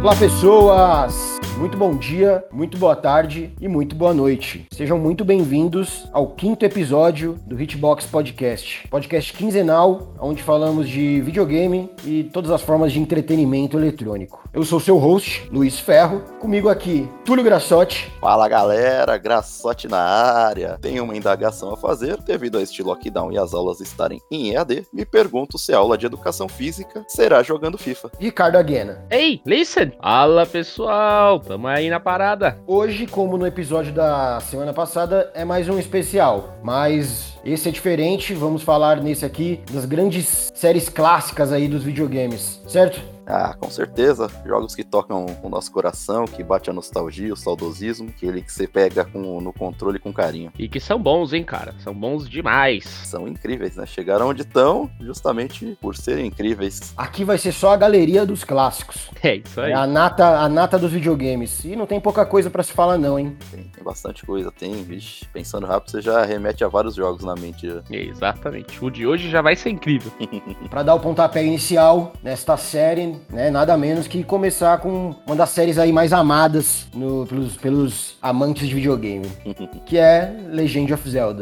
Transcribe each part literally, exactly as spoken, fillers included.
Olá, pessoas! Muito bom dia, muito boa tarde e muito boa noite. Sejam muito bem-vindos ao quinto episódio do Hitbox Podcast. Podcast quinzenal, onde falamos de videogame e todas as formas de entretenimento eletrônico. Eu sou seu host, Luiz Ferro. Comigo aqui, Túlio Grassotti. Fala, galera, Grassotti na área. Tenho uma indagação a fazer. Devido a este lockdown e as aulas estarem em E A D, me pergunto se a aula de educação física será jogando FIFA. Ricardo Aguena. Ei, listen! Fala, pessoal! Tamo aí na parada. Hoje, como no episódio da semana passada, é mais um especial, mas esse é diferente. Vamos falar nesse aqui das grandes séries clássicas aí dos videogames, certo? Ah, com certeza. Jogos que tocam o nosso coração, que bate a nostalgia, o saudosismo, aquele que você pega com, no controle com carinho. E que são bons, hein, cara? São bons demais. São incríveis, né? Chegaram onde estão justamente por serem incríveis. Aqui vai ser só a galeria dos clássicos. É isso aí. É a nata, a nata dos videogames. E não tem pouca coisa pra se falar não, hein? Tem, tem bastante coisa, tem, vixe. Pensando rápido, você já remete a vários jogos na mente. Já. Exatamente. O de hoje já vai ser incrível. Pra dar o pontapé inicial nesta série, né, nada menos que começar com uma das séries aí mais amadas no, pelos, pelos amantes de videogame, que é Legend of Zelda.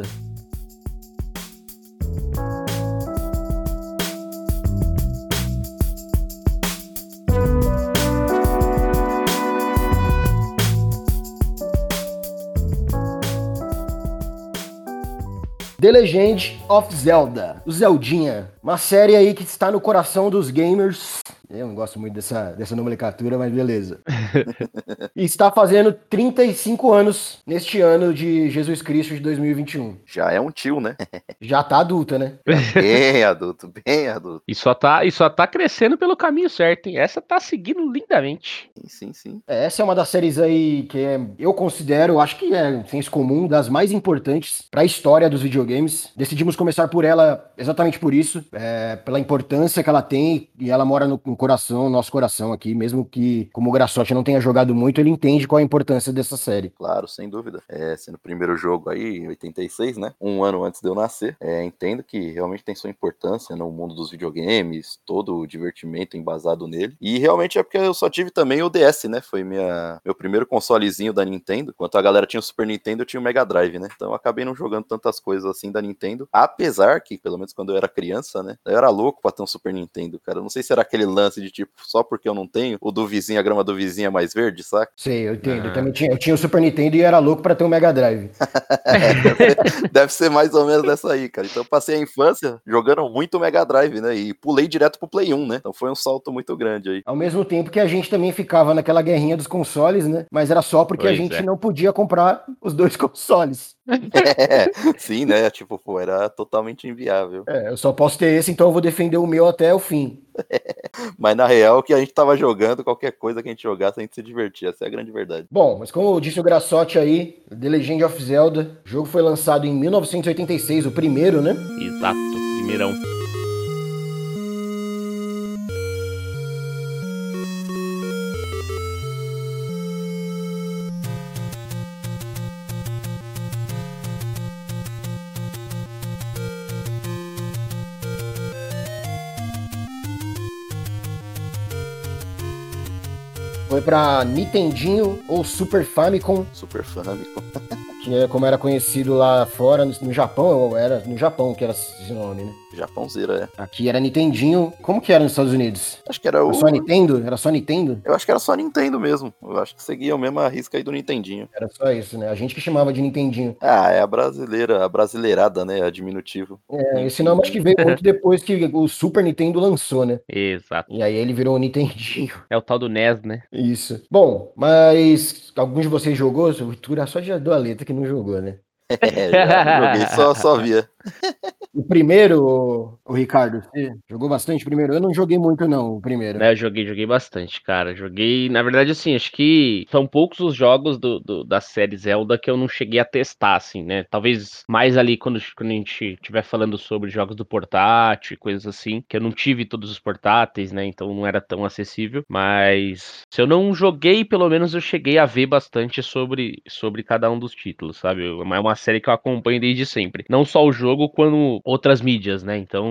The Legend of Zelda, o Zeldinha, uma série aí que está no coração dos gamers. Eu não gosto muito dessa, dessa nomenclatura, mas beleza. E está fazendo trinta e cinco anos neste ano de Jesus Cristo de dois mil e vinte e um. Já é um tio, né? Já tá adulta, né? Bem adulto, bem adulto. E só tá, e só tá crescendo pelo caminho certo, hein? Essa tá seguindo lindamente. Sim, sim, sim. É, essa é uma das séries aí que é, eu considero, acho que é senso comum, das mais importantes para a história dos videogames. Decidimos começar por ela exatamente por isso, é, pela importância que ela tem, e ela mora no, no coração, nosso coração aqui, mesmo que, como o Grassotti não tenha jogado muito, ele entende qual é a importância dessa série. Claro, sem dúvida. É, sendo o primeiro jogo aí, em oitenta e seis, né? Um ano antes de eu nascer. É, entendo que realmente tem sua importância no mundo dos videogames, todo o divertimento embasado nele. E realmente é porque eu só tive também o D S, né? Foi minha, meu primeiro consolezinho da Nintendo. Enquanto a galera tinha o Super Nintendo, eu tinha o Mega Drive, né? Então eu acabei não jogando tantas coisas assim da Nintendo. Apesar que, pelo menos quando eu era criança, né? Eu era louco pra ter um Super Nintendo, cara. Eu não sei se era aquele lance de tipo, só porque eu não tenho, o do vizinho, a grama do vizinho é mais verde, saca? Sei, eu entendo. Ah. Eu também tinha, eu tinha o Super Nintendo e era louco pra ter um Mega Drive. deve, deve ser mais ou menos dessa aí, cara. Então eu passei a infância jogando muito Mega Drive, né? E pulei direto pro Play um, né? Então foi um salto muito grande aí. Ao mesmo tempo que a gente também ficava naquela guerrinha dos consoles, né? Mas era só porque pois a gente é. não podia comprar os dois consoles. É, sim, né? Tipo, pô, era totalmente inviável. É, eu só posso ter esse, então eu vou defender o meu até o fim. Mas na real, que a gente tava jogando, qualquer coisa que a gente jogasse, a gente se divertia. Essa é a grande verdade. Bom, mas como disse o Grassotti aí, The Legend of Zelda, o jogo foi lançado em mil novecentos e oitenta e seis, o primeiro, né? Exato, primeirão. Foi pra Nintendinho ou Super Famicom. Super Famicom. Que é como era conhecido lá fora, no Japão, ou era no Japão que era esse nome, né? Japãozeira, é. Aqui era Nintendinho. Como que era nos Estados Unidos? Acho que era o... Era só Nintendo? Era só Nintendo? Eu acho que era só Nintendo mesmo. Eu acho que seguia a mesma risca aí do Nintendinho. Era só isso, né? A gente que chamava de Nintendinho. Ah, é a brasileira, a brasileirada, né? A diminutivo. É, esse nome acho que veio muito depois que o Super Nintendo lançou, né? Exato. E aí ele virou o Nintendinho. É o tal do N E S, né? Isso. Bom, mas alguns de vocês jogou? O Tura só já deu a letra que não jogou, né? É, já joguei, só, só via. O primeiro, o Ricardo, você jogou bastante o primeiro? Eu não joguei muito não, o primeiro. É, eu joguei, joguei bastante, cara. Joguei, na verdade, assim, acho que são poucos os jogos do, do, da série Zelda que eu não cheguei a testar, assim, né? Talvez mais ali quando, quando a gente estiver falando sobre jogos do portátil e coisas assim, que eu não tive todos os portáteis, né? Então não era tão acessível. Mas se eu não joguei, pelo menos eu cheguei a ver bastante sobre, sobre cada um dos títulos, sabe? É uma série que eu acompanho desde sempre. Não só o jogo, quanto outras mídias, né? Então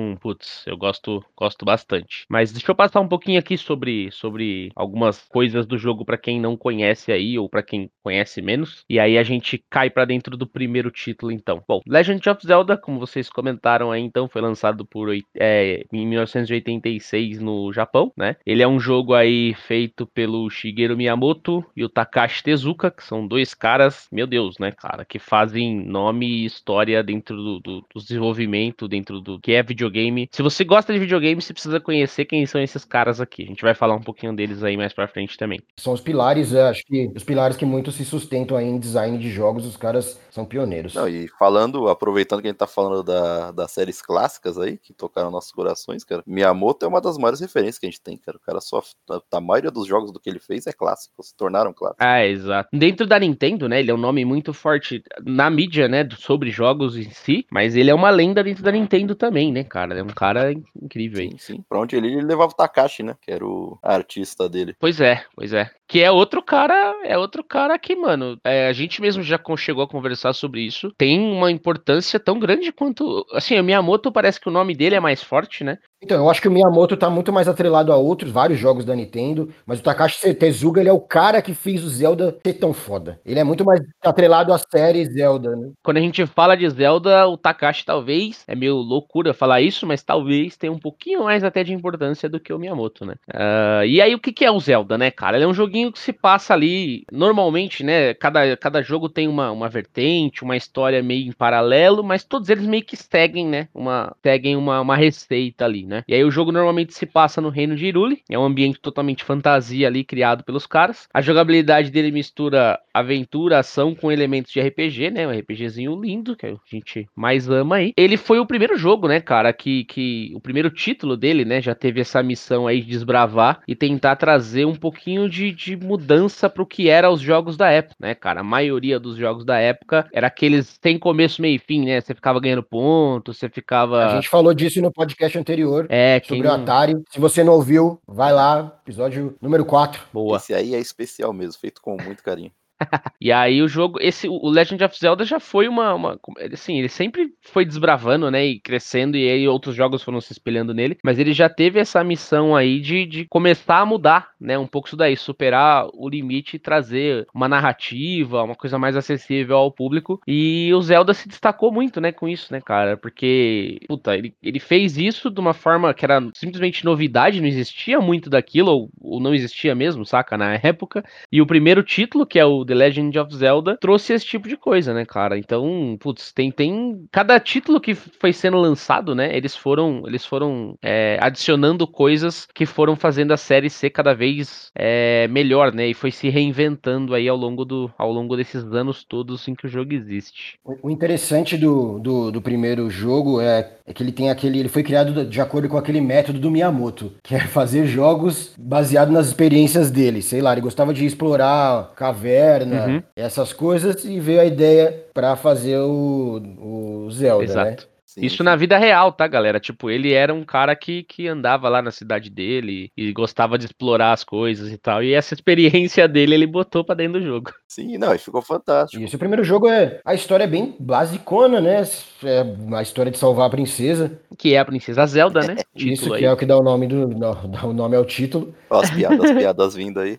Então, putz, eu gosto, gosto bastante. Mas deixa eu passar um pouquinho aqui sobre, sobre algumas coisas do jogo pra quem não conhece aí, ou pra quem conhece menos. E aí a gente cai pra dentro do primeiro título, então. Bom, Legend of Zelda, como vocês comentaram aí, então, foi lançado por, é, em mil novecentos e oitenta e seis no Japão, né? Ele é um jogo aí feito pelo Shigeru Miyamoto e o Takashi Tezuka, que são dois caras, meu Deus, né, cara, que fazem nome e história dentro do, do, do desenvolvimento, dentro do que é videogame. Se você gosta de videogame, você precisa conhecer quem são esses caras aqui. A gente vai falar um pouquinho deles aí mais pra frente também. São os pilares, eu acho que os pilares que muito se sustentam aí em design de jogos, os caras são pioneiros. Não, e falando, aproveitando que a gente tá falando da, das séries clássicas aí, que tocaram nossos corações, cara, Miyamoto é uma das maiores referências que a gente tem, cara. O cara só, a, a maioria dos jogos do que ele fez é clássico, se tornaram clássicos. Ah, exato. Dentro da Nintendo, né, ele é um nome muito forte na mídia, né, sobre jogos em si, mas ele é uma lenda dentro da Nintendo também, né, cara? É um cara incrível aí. Sim, sim. Pra onde ele, ele levava o Takashi, né, que era o artista dele. Pois é, pois é. Que é outro cara, é outro cara que, mano, é, a gente mesmo já chegou a conversar sobre isso. Tem uma importância tão grande quanto, assim, o Miyamoto parece que o nome dele é mais forte, né? Então, eu acho que o Miyamoto tá muito mais atrelado a outros, vários jogos da Nintendo, mas o Takashi Tezuka, ele é o cara que fez o Zelda ser tão foda. Ele é muito mais atrelado à série Zelda, né? Quando a gente fala de Zelda, o Takashi talvez, é meio loucura falar isso, mas talvez tenha um pouquinho mais até de importância do que o Miyamoto, né? Uh, e aí, o que que é o Zelda, né, cara? Ele é um joguinho que se passa ali, normalmente, né, cada, cada jogo tem uma, uma vertente, uma história meio em paralelo, mas todos eles meio que seguem, né, uma, seguem uma, uma receita ali, né? E aí o jogo normalmente se passa no reino de Hyrule, é um ambiente totalmente fantasia ali, criado pelos caras. A jogabilidade dele mistura aventura, ação com elementos de R P G, né, um RPGzinho lindo, que a gente mais ama aí. Ele foi o primeiro jogo, né, cara, que, que o primeiro título dele, né, já teve essa missão aí de desbravar e tentar trazer um pouquinho de, de mudança pro que era os jogos da época, né, cara? A maioria dos jogos da época era aqueles sem começo, meio e fim, né? Você ficava ganhando pontos, você ficava... A gente falou disso no podcast anterior, é, sobre o Atari. Se você não ouviu, vai lá, episódio número quatro. Boa. Esse aí é especial mesmo, feito com muito carinho. E aí o jogo, esse, o Legend of Zelda já foi uma, uma, assim, ele sempre foi desbravando, né, e crescendo, e aí outros jogos foram se espelhando nele, mas ele já teve essa missão aí de, de começar a mudar, né, um pouco isso daí, superar o limite e trazer uma narrativa, uma coisa mais acessível ao público, e o Zelda se destacou muito, né, com isso, né, cara, porque, puta, ele, ele fez isso de uma forma que era simplesmente novidade, não existia muito daquilo, ou, ou não existia mesmo, saca, na época, e o primeiro título, que é o The Legend of Zelda, trouxe esse tipo de coisa, né, cara? Então, putz, tem, tem... Cada título que foi sendo lançado, né, eles foram, eles foram é, adicionando coisas que foram fazendo a série ser cada vez é, melhor, né? E foi se reinventando aí ao longo, do, ao longo desses anos todos em que o jogo existe. O interessante do, do, do primeiro jogo é, é que ele tem aquele... Ele foi criado de acordo com aquele método do Miyamoto, que é fazer jogos baseado nas experiências dele. Sei lá, ele gostava de explorar caverna, Uhum. essas coisas, e veio a ideia pra fazer o, o Zelda, Exato. né? Sim, Isso sim. na vida real, tá, galera? Tipo, ele era um cara que, que andava lá na cidade dele e gostava de explorar as coisas e tal. E essa experiência dele ele botou pra dentro do jogo. Sim, não, e ficou fantástico. Isso, o primeiro jogo é... A história é bem basicona, né? É a história de salvar a princesa. Que é a Princesa Zelda, né? Isso Título que aí. é o que dá o nome do... Dá o nome ao título. Ó, as piadas, as piadas vindo aí.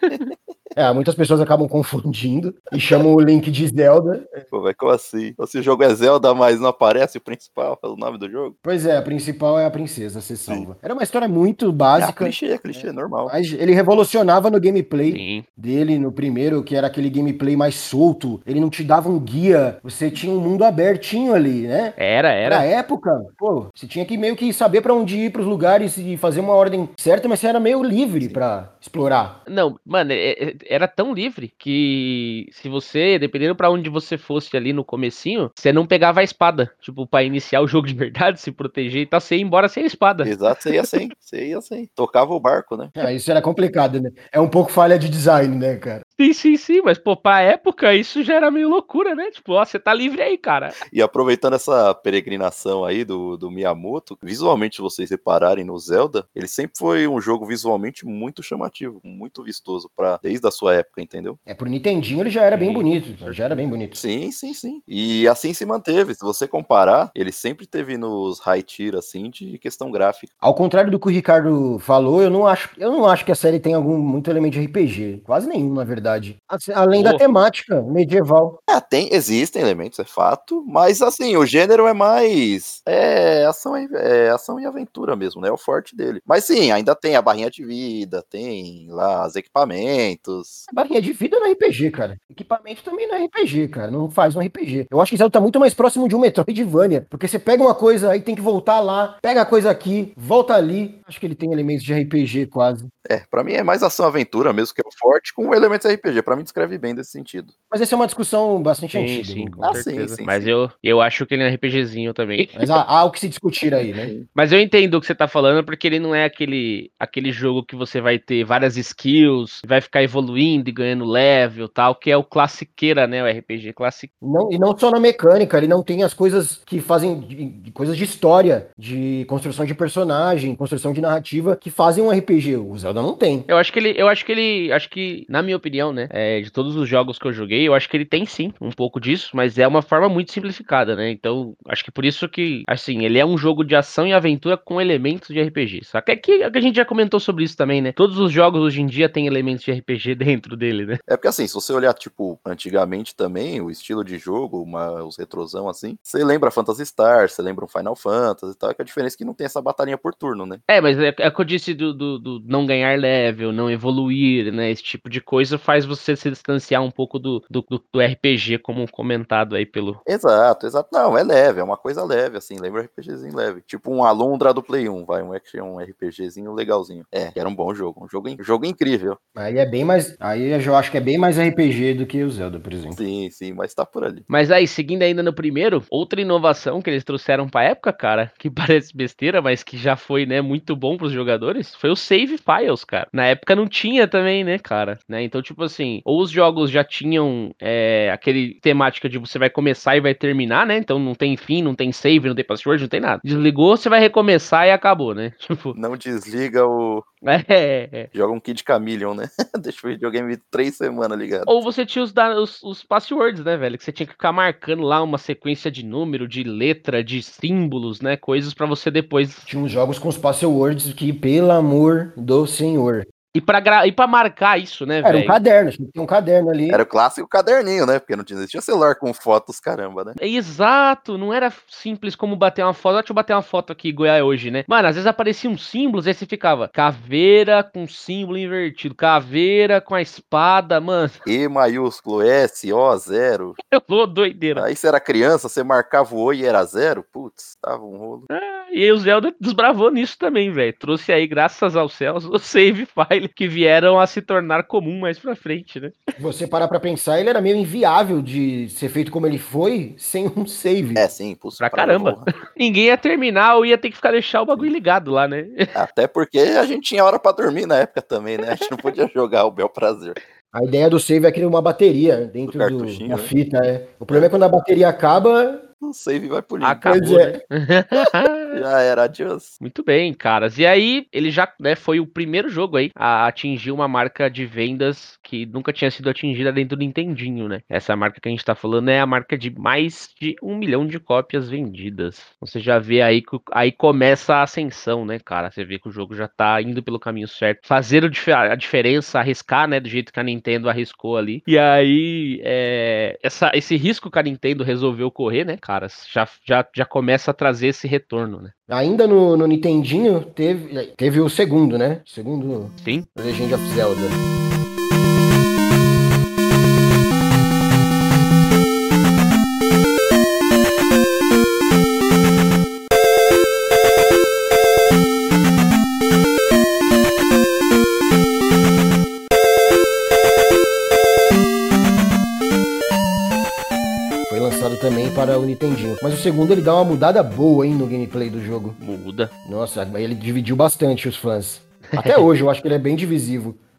É, muitas pessoas acabam confundindo e chamam o Link de Zelda. Pô, vai como assim? Se o jogo é Zelda, mas não aparece o principal, é o nome do jogo? Pois é, a principal é a princesa, você Sim. salva. Era uma história muito É, básica. clichê, é clichê, normal. Mas ele revolucionava no gameplay Sim. dele, no primeiro, que era aquele gameplay mais solto. Ele não te dava um guia, você tinha um mundo abertinho ali, né? Era, Pra era. época, pô, você tinha que meio que saber pra onde ir, pros lugares e fazer uma ordem certa, mas você era meio livre pra explorar. Não, mano, é- é- era tão livre que se você, dependendo pra onde você fosse ali no comecinho, você não pegava a espada. Tipo, pra iniciar o jogo de verdade, se proteger e tal, você ia embora sem a espada. Exato, você ia sem, você ia sem. Tocava o barco, né? Ah, isso era complicado, né? É um pouco falha de design, né, cara? Sim, sim, sim, mas, pô, pra época isso já era meio loucura, né? Tipo, ó, você tá livre aí, cara. E aproveitando essa peregrinação aí do, do Miyamoto, visualmente, se vocês repararem no Zelda, ele sempre foi um jogo visualmente muito chamativo, muito vistoso, pra, desde a sua época, entendeu? É, pro Nintendinho ele já era bem Sim, bonito, com já era bem certeza. bonito. Sim, sim, sim. E assim se manteve. Se você comparar, ele sempre teve nos high tier, assim, de questão gráfica. Ao contrário do que o Ricardo falou, eu não acho, eu não acho que a série tem algum muito elemento de R P G, quase nenhum, na verdade. Assim, além da Pô, temática medieval. É, tem, existem elementos, é fato, mas assim, o gênero é mais é, ação, e- é, ação e aventura mesmo, né? É o forte dele. Mas sim, ainda tem a barrinha de vida, tem lá os equipamentos. Barrinha de vida não é R P G, cara. Equipamento também não é R P G, cara. Não faz um R P G. Eu acho que Zelda tá muito mais próximo de um Metroidvania. Porque você pega uma coisa, aí tem que voltar lá, pega a coisa aqui, volta ali. Acho que ele tem elementos de R P G quase. É, pra mim é mais ação-aventura mesmo, que é o forte, com elementos R P G. Pra mim descreve bem desse sentido. Mas essa é uma discussão bastante sim, antiga. sim, com Ah, sim, certeza. sim, Mas sim. eu, eu acho que ele é um RPGzinho também. Mas há, há o que se discutir aí, né? Sim. Mas eu entendo o que você tá falando, porque ele não é aquele, aquele jogo que você vai ter várias skills, vai ficar evoluindo e ganhando level e tal, que é o classiqueira, né? O R P G clássico. Não, e não só na mecânica, ele não tem as coisas que fazem de, de coisas de história, de construção de personagem, construção de narrativa, que fazem um R P G. O Zelda não tem. Eu acho que ele, eu acho que ele, acho que, na minha opinião, né, é, de todos os jogos que eu joguei, eu acho que ele tem sim um pouco disso, mas é uma forma muito simplificada, né? Então, acho que por isso que, assim, ele é um jogo de ação e aventura com elementos de R P G. Só que aqui a gente já comentou sobre isso também, né? Todos os jogos hoje em dia têm elementos de R P G dentro dele, né? É porque assim, se você olhar, tipo, antigamente também, o estilo de jogo, uma, os retrosão assim, você lembra Phantasy Star, você lembra um Final Fantasy e tal, é que a diferença é que não tem essa batalhinha por turno, né? É, mas é, é o que eu disse do, do, do não ganhar level, não evoluir, né? Esse tipo de coisa faz você se distanciar um pouco do, do, do- do R P G, como comentado aí pelo. Exato, exato. Não, é leve, é uma coisa leve, assim, lembra um RPGzinho leve. Tipo um Alundra do Play um, vai, um action, um RPGzinho legalzinho. É, que era um bom jogo, um jogo, in- jogo incrível. Aí é bem mais. Aí eu acho que é bem mais R P G do que o Zelda, por exemplo. Sim, sim, mas tá por ali. Mas aí, seguindo ainda no primeiro, outra inovação que eles trouxeram pra época, cara, que parece besteira, mas que já foi, né, muito bom pros jogadores, foi o Save Files, cara. Na época não tinha também, né, cara? Né? Então, tipo assim, ou os jogos já tinham é, aquele temática de você vai começar e vai terminar, né? Então não tem fim, não tem save, não tem password, não tem nada. Desligou, você vai recomeçar e acabou, né? Tipo, Não desliga o. é, é. Joga um Kid Chameleon, né? Deixa o videogame três semanas ligado. Ou você tinha os, da- os, os passwords, né, velho? Que você tinha que ficar marcando lá uma sequência de número, de letra, de símbolos, né? Coisas pra você depois. Tinha uns jogos com os passwords que, pelo amor do senhor. E pra, gra... e pra marcar isso, né, Era um velho? caderno, tinha que ter um caderno ali. Era o clássico caderninho, né? Porque não tinha, existia celular com fotos, caramba, né? Exato, não era simples como bater uma foto. Deixa eu bater uma foto aqui, Goiás hoje, né? Mano, às vezes apareciam símbolos, aí você ficava caveira com símbolo invertido, caveira com a espada, mano. E maiúsculo, S, O, zero. Eu vou doideira. Aí você era criança, você marcava o O e era zero. Putz, tava um rolo. E aí o Zelda desbravou nisso também, velho. Trouxe aí, graças aos céus, o save file que vieram a se tornar comum mais pra frente, né? Se você parar pra pensar, ele era meio inviável de ser feito como ele foi, sem um save. É, sim, pulso Pra caramba. Ninguém ia terminar ou ia ter que ficar deixar o bagulho ligado lá, né? Até porque a gente tinha hora pra dormir na época também, né? A gente não podia jogar o bel prazer. A ideia do save é criar uma bateria dentro Do do, cartuchinho, da né? fita. É. O problema é quando a bateria acaba. O save vai pro link. Acabou, Pois é. né? Já era, adiós. Muito bem, caras. E aí, ele já, né, foi o primeiro jogo aí a atingir uma marca de vendas que nunca tinha sido atingida dentro do Nintendinho, né? Essa marca que a gente tá falando é a marca de mais de um milhão de cópias vendidas. Você já vê aí que aí começa a ascensão, né, cara? Você vê que o jogo já tá indo pelo caminho certo. Fazer o dif- a diferença, arriscar, né, do jeito que a Nintendo arriscou ali. E aí, é, essa, esse risco que a Nintendo resolveu correr, né, cara, já, já, já começa a trazer esse retorno, né? Ainda no, no Nintendinho, teve, teve o segundo, né? O segundo Sim. Legend of Zelda. Foi lançado também para o Nintendinho. Mas o segundo ele dá uma mudada boa, hein, no gameplay do jogo. Muda. Nossa, aí ele dividiu bastante os fãs. Até hoje eu acho que ele é bem divisivo.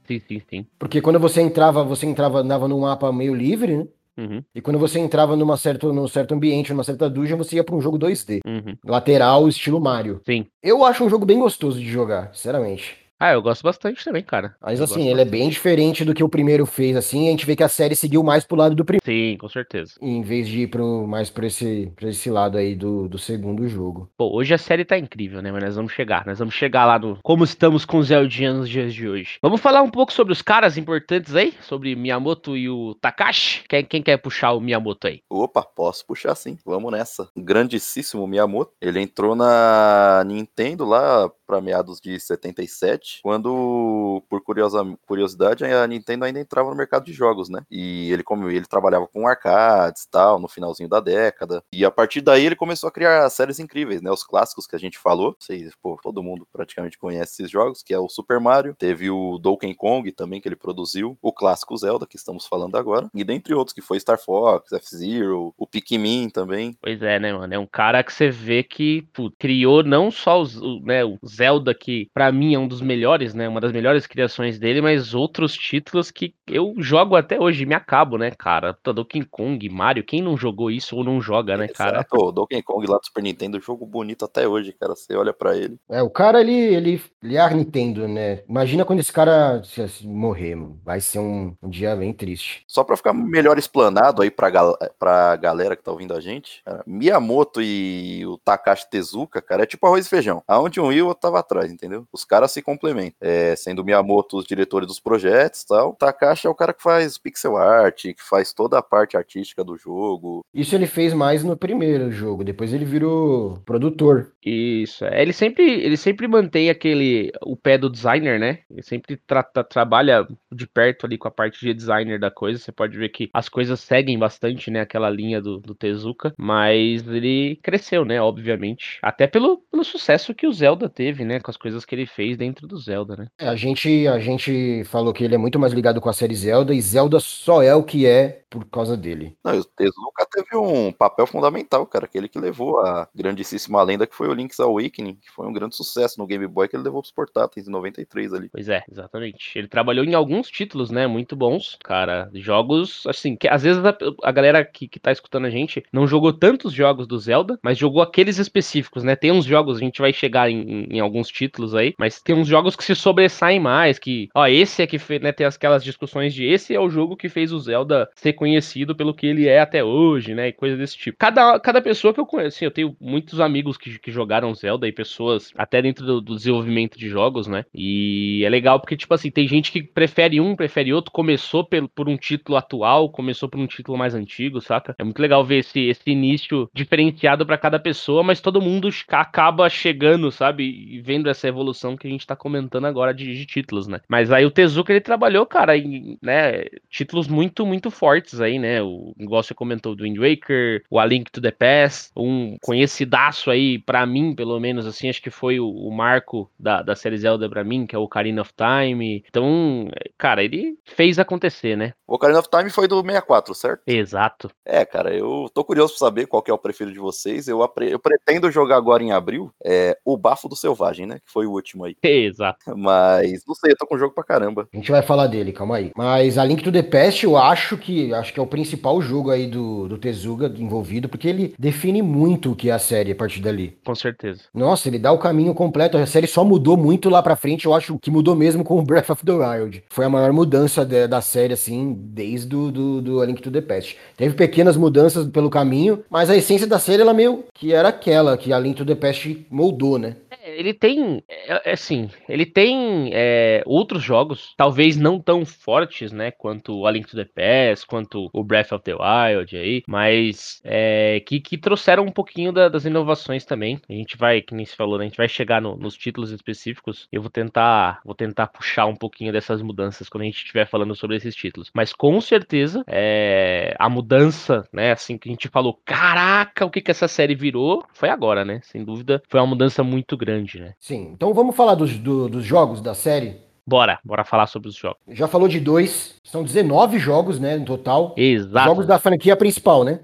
sim, sim, sim. Porque quando você entrava, você entrava, andava num mapa meio livre, né? Uhum, E quando você entrava numa certa, num certo ambiente, numa certa dungeon, você ia pra um jogo dois D. uhum, Lateral, estilo Mario. sim. Eu acho um jogo bem gostoso de jogar, sinceramente. Ah, eu gosto bastante também, cara. Mas Eu assim, gosto ele é bem bastante. diferente do que o primeiro fez, assim, a gente vê que a série seguiu mais pro lado do primeiro, Sim, com certeza. em vez de ir pro, mais pra esse, pra esse lado aí do, do segundo jogo. Pô, hoje a série tá incrível, né? Mas nós vamos chegar. Nós vamos chegar lá no como estamos com os Zeldinha nos dias de hoje. Vamos falar um pouco sobre os caras importantes aí? Sobre Miyamoto e o Takashi? Quem, quem quer puxar o Miyamoto aí? Opa, posso puxar sim, vamos nessa. O grandíssimo Miyamoto, ele entrou na Nintendo lá para meados de setenta e sete, quando, por curiosa, curiosidade, a Nintendo ainda entrava no mercado de jogos, né? E ele, como ele trabalhava com arcades e tal, no finalzinho da década, e a partir daí ele começou a criar séries incríveis, né? Os clássicos que a gente falou, vocês, pô, todo mundo praticamente conhece esses jogos, que é o Super Mario, teve o Donkey Kong também, que ele produziu, o clássico Zelda, que estamos falando agora, e dentre outros, que foi Star Fox, F-Zero, o Pikmin também. Pois é, né, mano? É um cara que você vê que pô, criou não só os, o, né, o Zelda, que pra mim é um dos melhores, né? Uma das melhores criações dele, mas outros títulos que eu jogo até hoje, me acabo, né, cara? Tá, Donkey Kong, Mario, quem não jogou isso ou não joga, né, cara? Exato, o Donkey Kong lá do Super Nintendo, jogo bonito até hoje, cara. Você olha pra ele. É, o cara, ele, ele, ele é a Nintendo, né? Imagina quando esse cara se- se morrer, mano. Vai ser um, um dia bem triste. Só pra ficar melhor explanado aí pra, gal pra galera que tá ouvindo a gente, cara, Miyamoto e o Takashi Tezuka, cara, é tipo arroz e feijão. Aonde um ia, o outro tava atrás, entendeu? Os caras se complementam. É, sendo o Miyamoto os diretores dos projetos e tal, o Takashi é o cara que faz pixel art, que faz toda a parte artística do jogo. Isso ele fez mais no primeiro jogo. Depois ele virou produtor. Isso, é, ele sempre, ele sempre mantém aquele, o pé do designer, né? Ele sempre tra- tra- trabalha de perto ali com a parte de designer da coisa. Você pode ver que as coisas seguem bastante, né? Aquela linha do, do Tezuka, mas ele cresceu, né? Obviamente, até pelo, pelo sucesso que o Zelda teve, né? Com as coisas que ele fez dentro do Zelda, né? É, a gente, a gente falou que ele é muito mais ligado com a série Zelda, e Zelda só é o que é por causa dele. Não, e o Tezuka teve um papel fundamental, cara, aquele que levou a grandíssima lenda que foi o Link's Awakening, que foi um grande sucesso no Game Boy, que ele levou pros portáteis em noventa e três ali. Pois é, exatamente. Ele trabalhou em alguns títulos, né? Muito bons, cara. Jogos, assim, que às vezes a, a galera que, que tá escutando a gente não jogou tantos jogos do Zelda, mas jogou aqueles específicos, né? Tem uns jogos, a gente vai chegar em, em alguns títulos aí, mas tem uns jogos que se sobressaem mais, que, ó, esse é que fez, né? Tem aquelas discussões de esse é o jogo que fez o Zelda ser conhecido pelo que ele é até hoje, né? E coisa desse tipo. Cada, cada pessoa que eu conheço, assim, eu tenho muitos amigos que, que jogaram Zelda e pessoas até dentro do, do desenvolvimento de jogos, né? E é legal porque, tipo assim, tem gente que prefere um, prefere outro, começou pelo, por um título atual, começou por um título mais antigo, saca? É muito legal ver esse, esse início diferenciado pra cada pessoa, mas todo mundo acaba chegando, sabe? E vendo essa evolução que a gente tá comentando agora de, de títulos, né? Mas aí o Tezuka, ele trabalhou, cara, em, né, títulos muito, muito fortes aí, né? O igual você comentou, do Wind Waker, o A Link to the Past, um conhecidaço aí, pra mim, pelo menos, assim, acho que foi o, o marco da, da série Zelda pra mim, que é o Ocarina of Time. Então, cara, ele fez acontecer, né? O Ocarina of Time foi do sessenta e quatro, certo? Exato. É, cara, eu tô curioso pra saber qual que é o preferido de vocês. Eu, apre... eu pretendo jogar agora em abril é, o Bafo do Selvagem, né? Que foi o último aí. Exato. Mas, não sei, eu tô com o jogo pra caramba. A gente vai falar dele, calma aí. Mas a Link to the Past, eu acho que acho que é o principal jogo aí do, do Tezuka envolvido, porque ele define muito o que é a série a partir dali. Com certeza. Nossa, ele dá o caminho completo. A série só mudou muito lá pra frente. Eu acho que mudou mesmo com o Breath of the Wild. Foi a maior mudança de- da série, assim, desde do, do, do A Link to the Past. Teve pequenas mudanças pelo caminho, mas a essência da série, ela meio que era aquela que a Link to the Past moldou, né? É, ele tem, é, é assim, ele tem é, outros jogos, talvez não tão fortes, né, quanto A Link to the Past, quanto o Breath of the Wild aí, mas é, que, que trouxeram um pouquinho da- das inovações também. A gente vai, que nem se falou, né, a gente vai chegar no- nos títulos específicos. Eu vou tentar, vou tentar puxar um pouquinho dessas mudanças quando a gente estiver falando sobre esses títulos. Mas com certeza, é, a mudança, né, assim que a gente falou, caraca, o que que essa série virou, foi agora, né? Sem dúvida, foi uma mudança muito grande, né? Sim, então vamos falar dos, do- dos jogos da série. Bora, bora falar sobre os jogos. Já falou de dois, são dezenove jogos, né, no total. Exato. Jogos da franquia principal, né?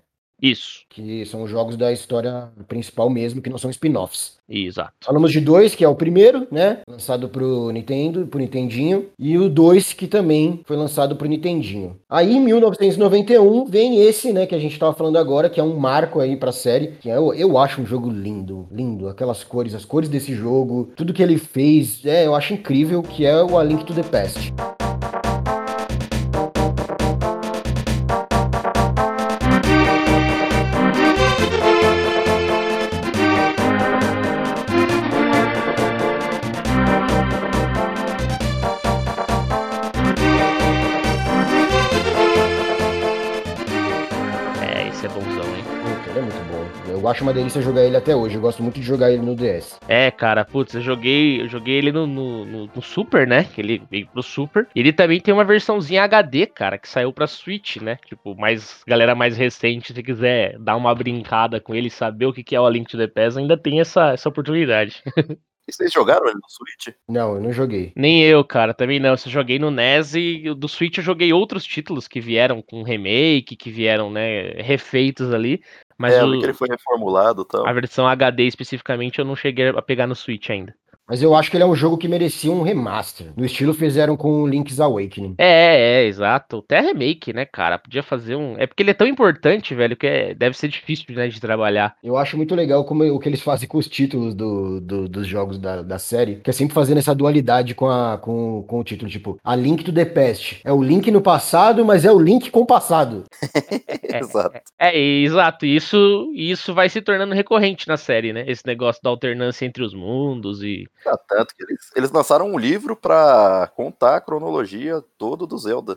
Isso. Que são os jogos da história principal mesmo, que não são spin-offs. Exato. Falamos de dois, que é o primeiro, né? Lançado pro Nintendo, pro Nintendinho. E o dois, que também foi lançado pro Nintendinho. Aí, em mil novecentos e noventa e um, vem esse, né? Que a gente tava falando agora, que é um marco aí pra série. Que eu, eu acho um jogo lindo, lindo. Aquelas cores, as cores desse jogo. Tudo que ele fez, é, eu acho incrível, que é o A Link to the Past. Eu acho uma delícia jogar ele até hoje. Eu gosto muito de jogar ele no D S. É, cara, putz, eu joguei, eu joguei ele no, no, no, no Super, né? Que ele veio pro Super. Ele também tem uma versãozinha H D, cara, que saiu pra Switch, né? Tipo, mais galera mais recente, se quiser dar uma brincada com ele, saber o que que é o A Link to the Past, ainda tem essa, essa oportunidade. E vocês jogaram ele no Switch? Não, eu não joguei. Nem eu, cara, também não. Eu só joguei no N E S e do Switch eu joguei outros títulos que vieram com remake, que vieram, né, refeitos ali. Mas é, eu o, vi que ele foi reformulado e tal. a versão H D especificamente eu não cheguei a pegar no Switch ainda. Mas eu acho que ele é um jogo que merecia um remaster. No estilo fizeram com o Link's Awakening. É, é, exato. Até remake, né, cara? Podia fazer um. É porque ele é tão importante, velho, que é... deve ser difícil, né, de trabalhar. Eu acho muito legal como o que eles fazem com os títulos do, do- dos jogos da, da série, que é sempre fazendo essa dualidade com, a, com, com o título. Tipo, A Link to the Past. É o Link no passado, mas é o Link com o passado. Exato. É, exato. E Isso, isso vai se tornando recorrente na série, né? Esse negócio da alternância entre os mundos e. Ah, tanto que eles, eles lançaram um livro pra contar a cronologia toda do Zelda.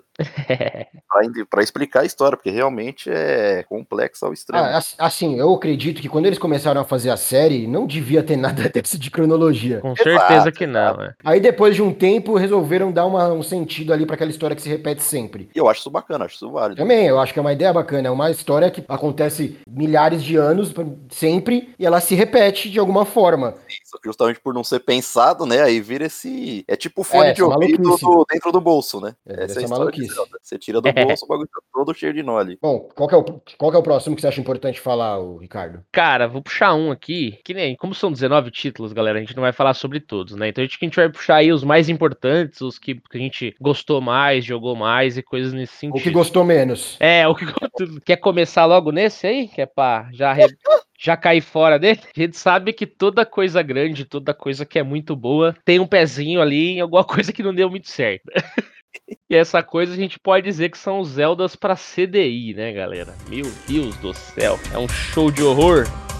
Pra, indi- pra explicar a história, porque realmente é complexo ao extremo. Ah, ass- assim, eu acredito que quando eles começaram a fazer a série, não devia ter nada dessa de cronologia. Com Exato, certeza que não, é. Aí depois de um tempo resolveram dar uma- um sentido ali pra aquela história que se repete sempre. E eu acho isso bacana, acho isso válido. Também, eu acho que é uma ideia bacana. É uma história que acontece milhares de anos, sempre, e ela se repete de alguma forma. Só que justamente por não ser pensado, né? Aí vira esse. É tipo fone É, de essa ouvido maluquice. do- dentro do bolso, né? É, vira Essa é a essa história de maluquice. Zelda. Você tira do bolso, o bagulho tá todo cheio de nó ali. Bom, qual que é o, qual que é o próximo que você acha importante falar, ô, Ricardo? Cara, vou puxar um aqui, que nem, como são dezenove títulos, galera, a gente não vai falar sobre todos, né? Então a gente, a gente vai puxar aí os mais importantes, os que, que a gente gostou mais, jogou mais e coisas nesse Ou que sentido. gostou menos? É, o que quer começar logo nesse aí? Que é pra já, re- já cair fora dele? A gente sabe que toda coisa grande, toda coisa que é muito boa, tem um pezinho ali em alguma coisa que não deu muito certo. E essa coisa a gente pode dizer que são os Zeldas pra C D I, né, galera? Meu Deus do céu, é um show de horror.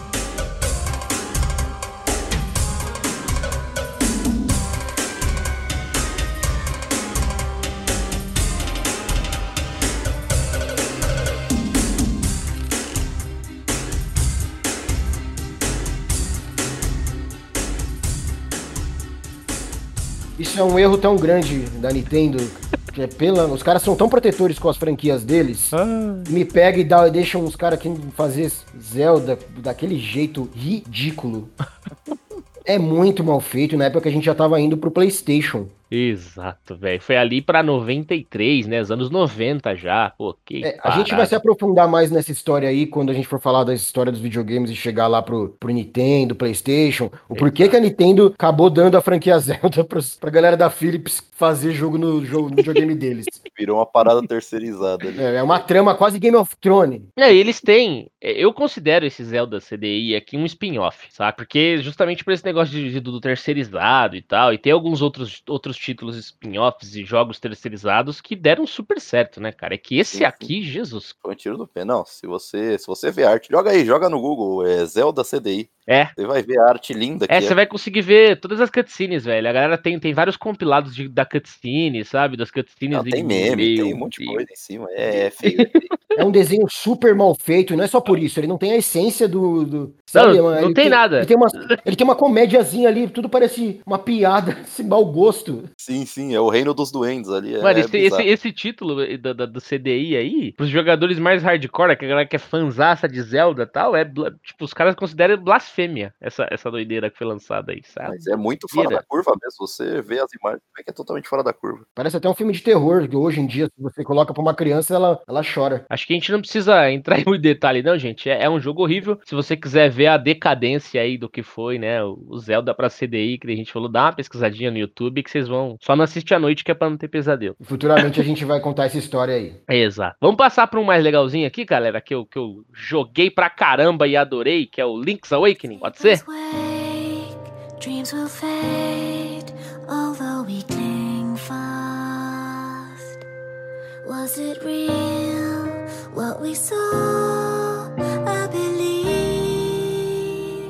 Isso é um erro tão grande da Nintendo, que é pela, os caras são tão protetores com as franquias deles, me pega e dá, deixa uns caras aqui fazer Zelda daquele jeito ridículo. É muito mal feito, na época que a gente já tava indo pro PlayStation. Exato, velho. Foi ali pra noventa e três, né? Os anos noventa já. Pô, que É, a gente vai se parada. aprofundar mais nessa história aí quando a gente for falar da história dos videogames e chegar lá pro, pro Nintendo, PlayStation. O porquê que a Nintendo acabou dando a franquia Zelda pros, pra galera da Philips fazer jogo no, jogo, no videogame deles. Virou uma parada terceirizada ali. É, é uma trama quase Game of Thrones. É, eles têm. Eu considero esse Zelda C D I aqui um spin-off, sabe? Porque justamente por esse negócio de, de- do terceirizado e tal, e tem alguns outros, outros títulos spin-offs e jogos terceirizados que deram super certo, né, cara? É que esse Sim, sim. aqui, Jesus. Foi um tiro no pé. Não, se você, se você vê arte, joga aí, joga no Google, é Zelda C D I. É. Você vai ver a arte linda que É, é. você vai conseguir ver todas as cutscenes, velho. A galera tem, tem vários compilados de, da cutscene, sabe? Das cutscenes. Não, de- tem meme, Meu tem um monte de Deus. coisa em cima. É, é feio, é feio. É um desenho super mal feito, e não é só por isso, ele não tem a essência do. do sabe, Não, mano? não Ele tem nada. Ele tem, uma, ele tem uma comédiazinha ali, tudo parece uma piada, esse mau gosto. Sim, sim, é o reino dos duendes ali. É, Mano, é esse, esse, bizarro. esse título do, do, do C D I aí, pros jogadores mais hardcore, que a galera que é fanzaça de Zelda e tal, é, bla- tipo, os caras consideram blasfêmia. fêmea, essa, essa doideira que foi lançada aí, sabe? Mas é muito fora da curva mesmo, você vê as imagens, é que é totalmente fora da curva. Parece até um filme de terror, que hoje em dia, se você coloca pra uma criança, ela, ela chora. Acho que a gente não precisa entrar em muito detalhe não, gente, é, é um jogo horrível. Se você quiser ver a decadência aí do que foi, né, o Zelda pra C D I, que a gente falou, dá uma pesquisadinha no YouTube que vocês vão, só não assiste à noite que é pra não ter pesadelo. E futuramente a gente vai contar essa história aí. Exato. Vamos passar para um mais legalzinho aqui, galera, que eu, que eu joguei pra caramba e adorei, que é o Link's Awakening, pode ser? Dreams will fade, although we cling fast. Was it real, what we saw? I believe.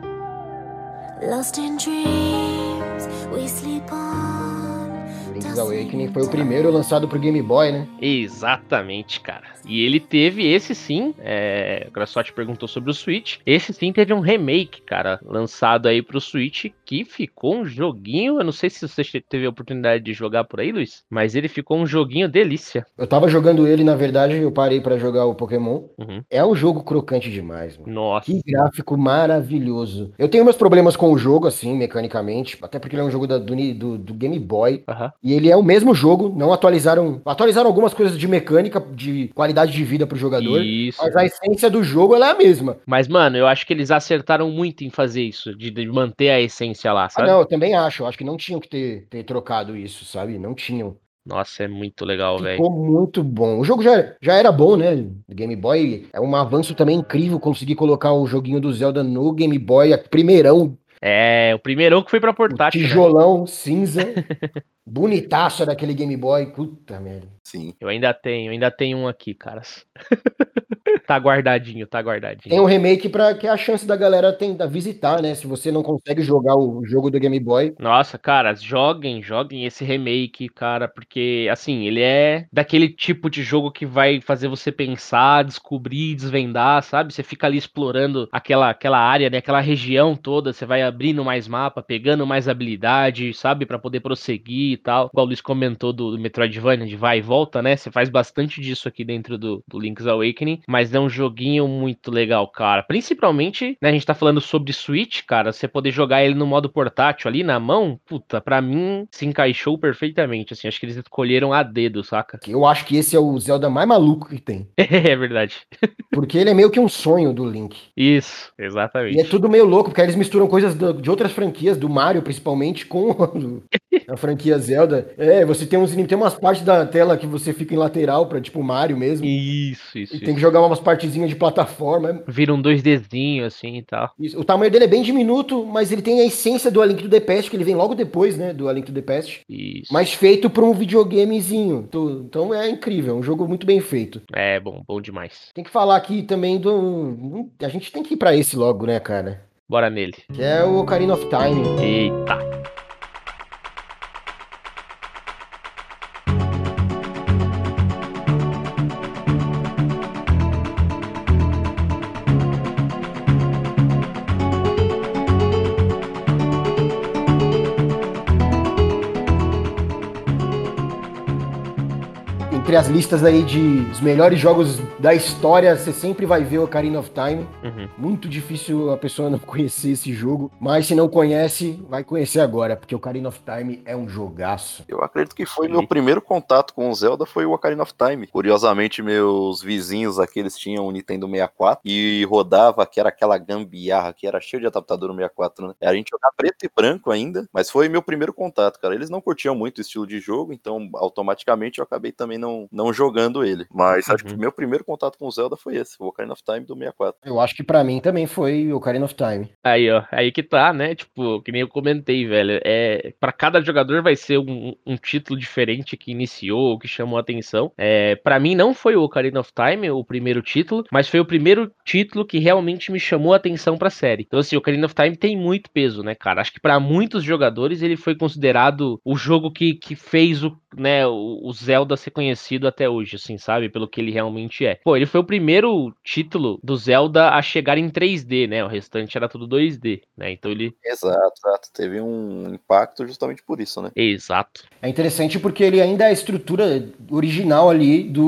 Lost in dreams, we sleep on. Link's Awakening foi o primeiro lançado pro Game Boy, né? Exatamente, cara. E ele teve esse sim, é... o Grassotti perguntou sobre o Switch. Esse sim teve um remake, cara, lançado aí pro Switch, que ficou um joguinho. Eu não sei se você teve a oportunidade de jogar por aí, Luiz, mas ele ficou um joguinho delícia. Eu tava jogando ele, na verdade, eu parei pra jogar o Pokémon. Uhum. É um jogo crocante demais, mano. Nossa. Que gráfico maravilhoso. Eu tenho meus problemas com o jogo, assim, mecanicamente, até porque ele é um jogo da, do, do, do Game Boy. Uhum. E ele é o mesmo jogo, não atualizaram. Atualizaram algumas coisas de mecânica, de qualidade de vida pro jogador. Isso. Mas a essência do jogo, ela é a mesma. Mas, mano, eu acho que eles acertaram muito em fazer isso, de, de manter a essência lá, sabe? Ah, não, eu também acho. Eu acho que não tinham que ter, ter trocado isso, sabe? Não tinham. Nossa, é muito legal, velho. Ficou muito bom. O jogo já, já era bom, né? Game Boy é um avanço também incrível conseguir colocar o joguinho do Zelda no Game Boy, primeirão. É, o primeirão que foi pra O portátil, tijolão cinza. Bonitaço daquele Game Boy. Puta merda. Sim. Eu ainda tenho, ainda tenho um aqui, caras. Tá guardadinho, tá guardadinho. Tem um remake pra que é a chance da galera tentar visitar, né? Se você não consegue jogar o jogo do Game Boy. Nossa, cara, joguem, joguem esse remake, cara, porque, assim, ele é daquele tipo de jogo que vai fazer você pensar, descobrir, desvendar, sabe? Você fica ali explorando aquela, aquela área, né? Aquela região toda, você vai abrindo mais mapa, pegando mais habilidade, sabe? Pra poder prosseguir e tal. Igual o Luiz comentou do, do Metroidvania, de vai e volta, né? Você faz bastante disso aqui dentro do, do Link's Awakening, mas é um joguinho muito legal, cara. Principalmente, né? A gente tá falando sobre Switch, cara, você poder jogar ele no modo portátil ali na mão, puta, pra mim se encaixou perfeitamente, assim, acho que eles escolheram a dedo, saca? Eu acho que esse é o Zelda mais maluco que tem. É verdade. Porque ele é meio que um sonho do Link. Isso, exatamente. E é tudo meio louco, porque aí eles misturam coisas do, de outras franquias, do Mario principalmente, com a franquia Zelda. É, você tem uns tem umas partes da tela que você fica em lateral pra, tipo, Mario mesmo. Isso, isso. E isso. tem que jogar umas partezinhas de plataforma. Vira um dois Dzinho, assim, e tal. Isso. O tamanho dele é bem diminuto, mas ele tem a essência do A Link to the Past, que ele vem logo depois, né, do A Link to the Past. Isso. Mas feito por um videogamezinho. Então é incrível, é um jogo muito bem feito. É, bom, bom demais. Tem que falar aqui também do... A gente tem que ir pra esse logo, né, cara? Bora nele. Que é o Ocarina of Time. Eita. Entre as listas aí de os melhores jogos da história, você sempre vai ver o Ocarina of Time. Uhum. Muito difícil a pessoa não conhecer esse jogo, mas se não conhece, vai conhecer agora, porque o Ocarina of Time é um jogaço. Eu acredito que foi meu primeiro contato com o Zelda, foi o Ocarina of Time. Curiosamente, meus vizinhos aqui, eles tinham um Nintendo sessenta e quatro e rodava, que era aquela gambiarra, que era cheio de adaptador no sessenta e quatro, né? A gente jogava preto e branco ainda, mas foi meu primeiro contato, cara. Eles não curtiam muito o estilo de jogo, então automaticamente eu acabei também não, não jogando ele. Mas uhum. acho que meu primeiro contato com o Zelda foi esse, o Ocarina of Time do sessenta e quatro. Eu acho que pra mim também foi o Ocarina of Time. Aí, ó, aí que tá, né? Tipo, que nem eu comentei, velho. É, pra cada jogador vai ser um, um título diferente que iniciou, que chamou a atenção. É, pra mim não foi o Ocarina of Time o primeiro título, mas foi o primeiro título que realmente me chamou a atenção pra série. Então, assim, o Ocarina of Time tem muito peso, né, cara? Acho que pra muitos jogadores ele foi considerado o jogo que, que fez o, né, o, o Zelda ser conhecido até hoje, assim, sabe? Pelo que ele realmente é. Pô, ele foi o primeiro título do Zelda a chegar em três D, né? O restante era tudo dois D, né? Então ele... Exato, exato. Teve um impacto justamente por isso, né? Exato. É interessante porque ele ainda é a estrutura original ali do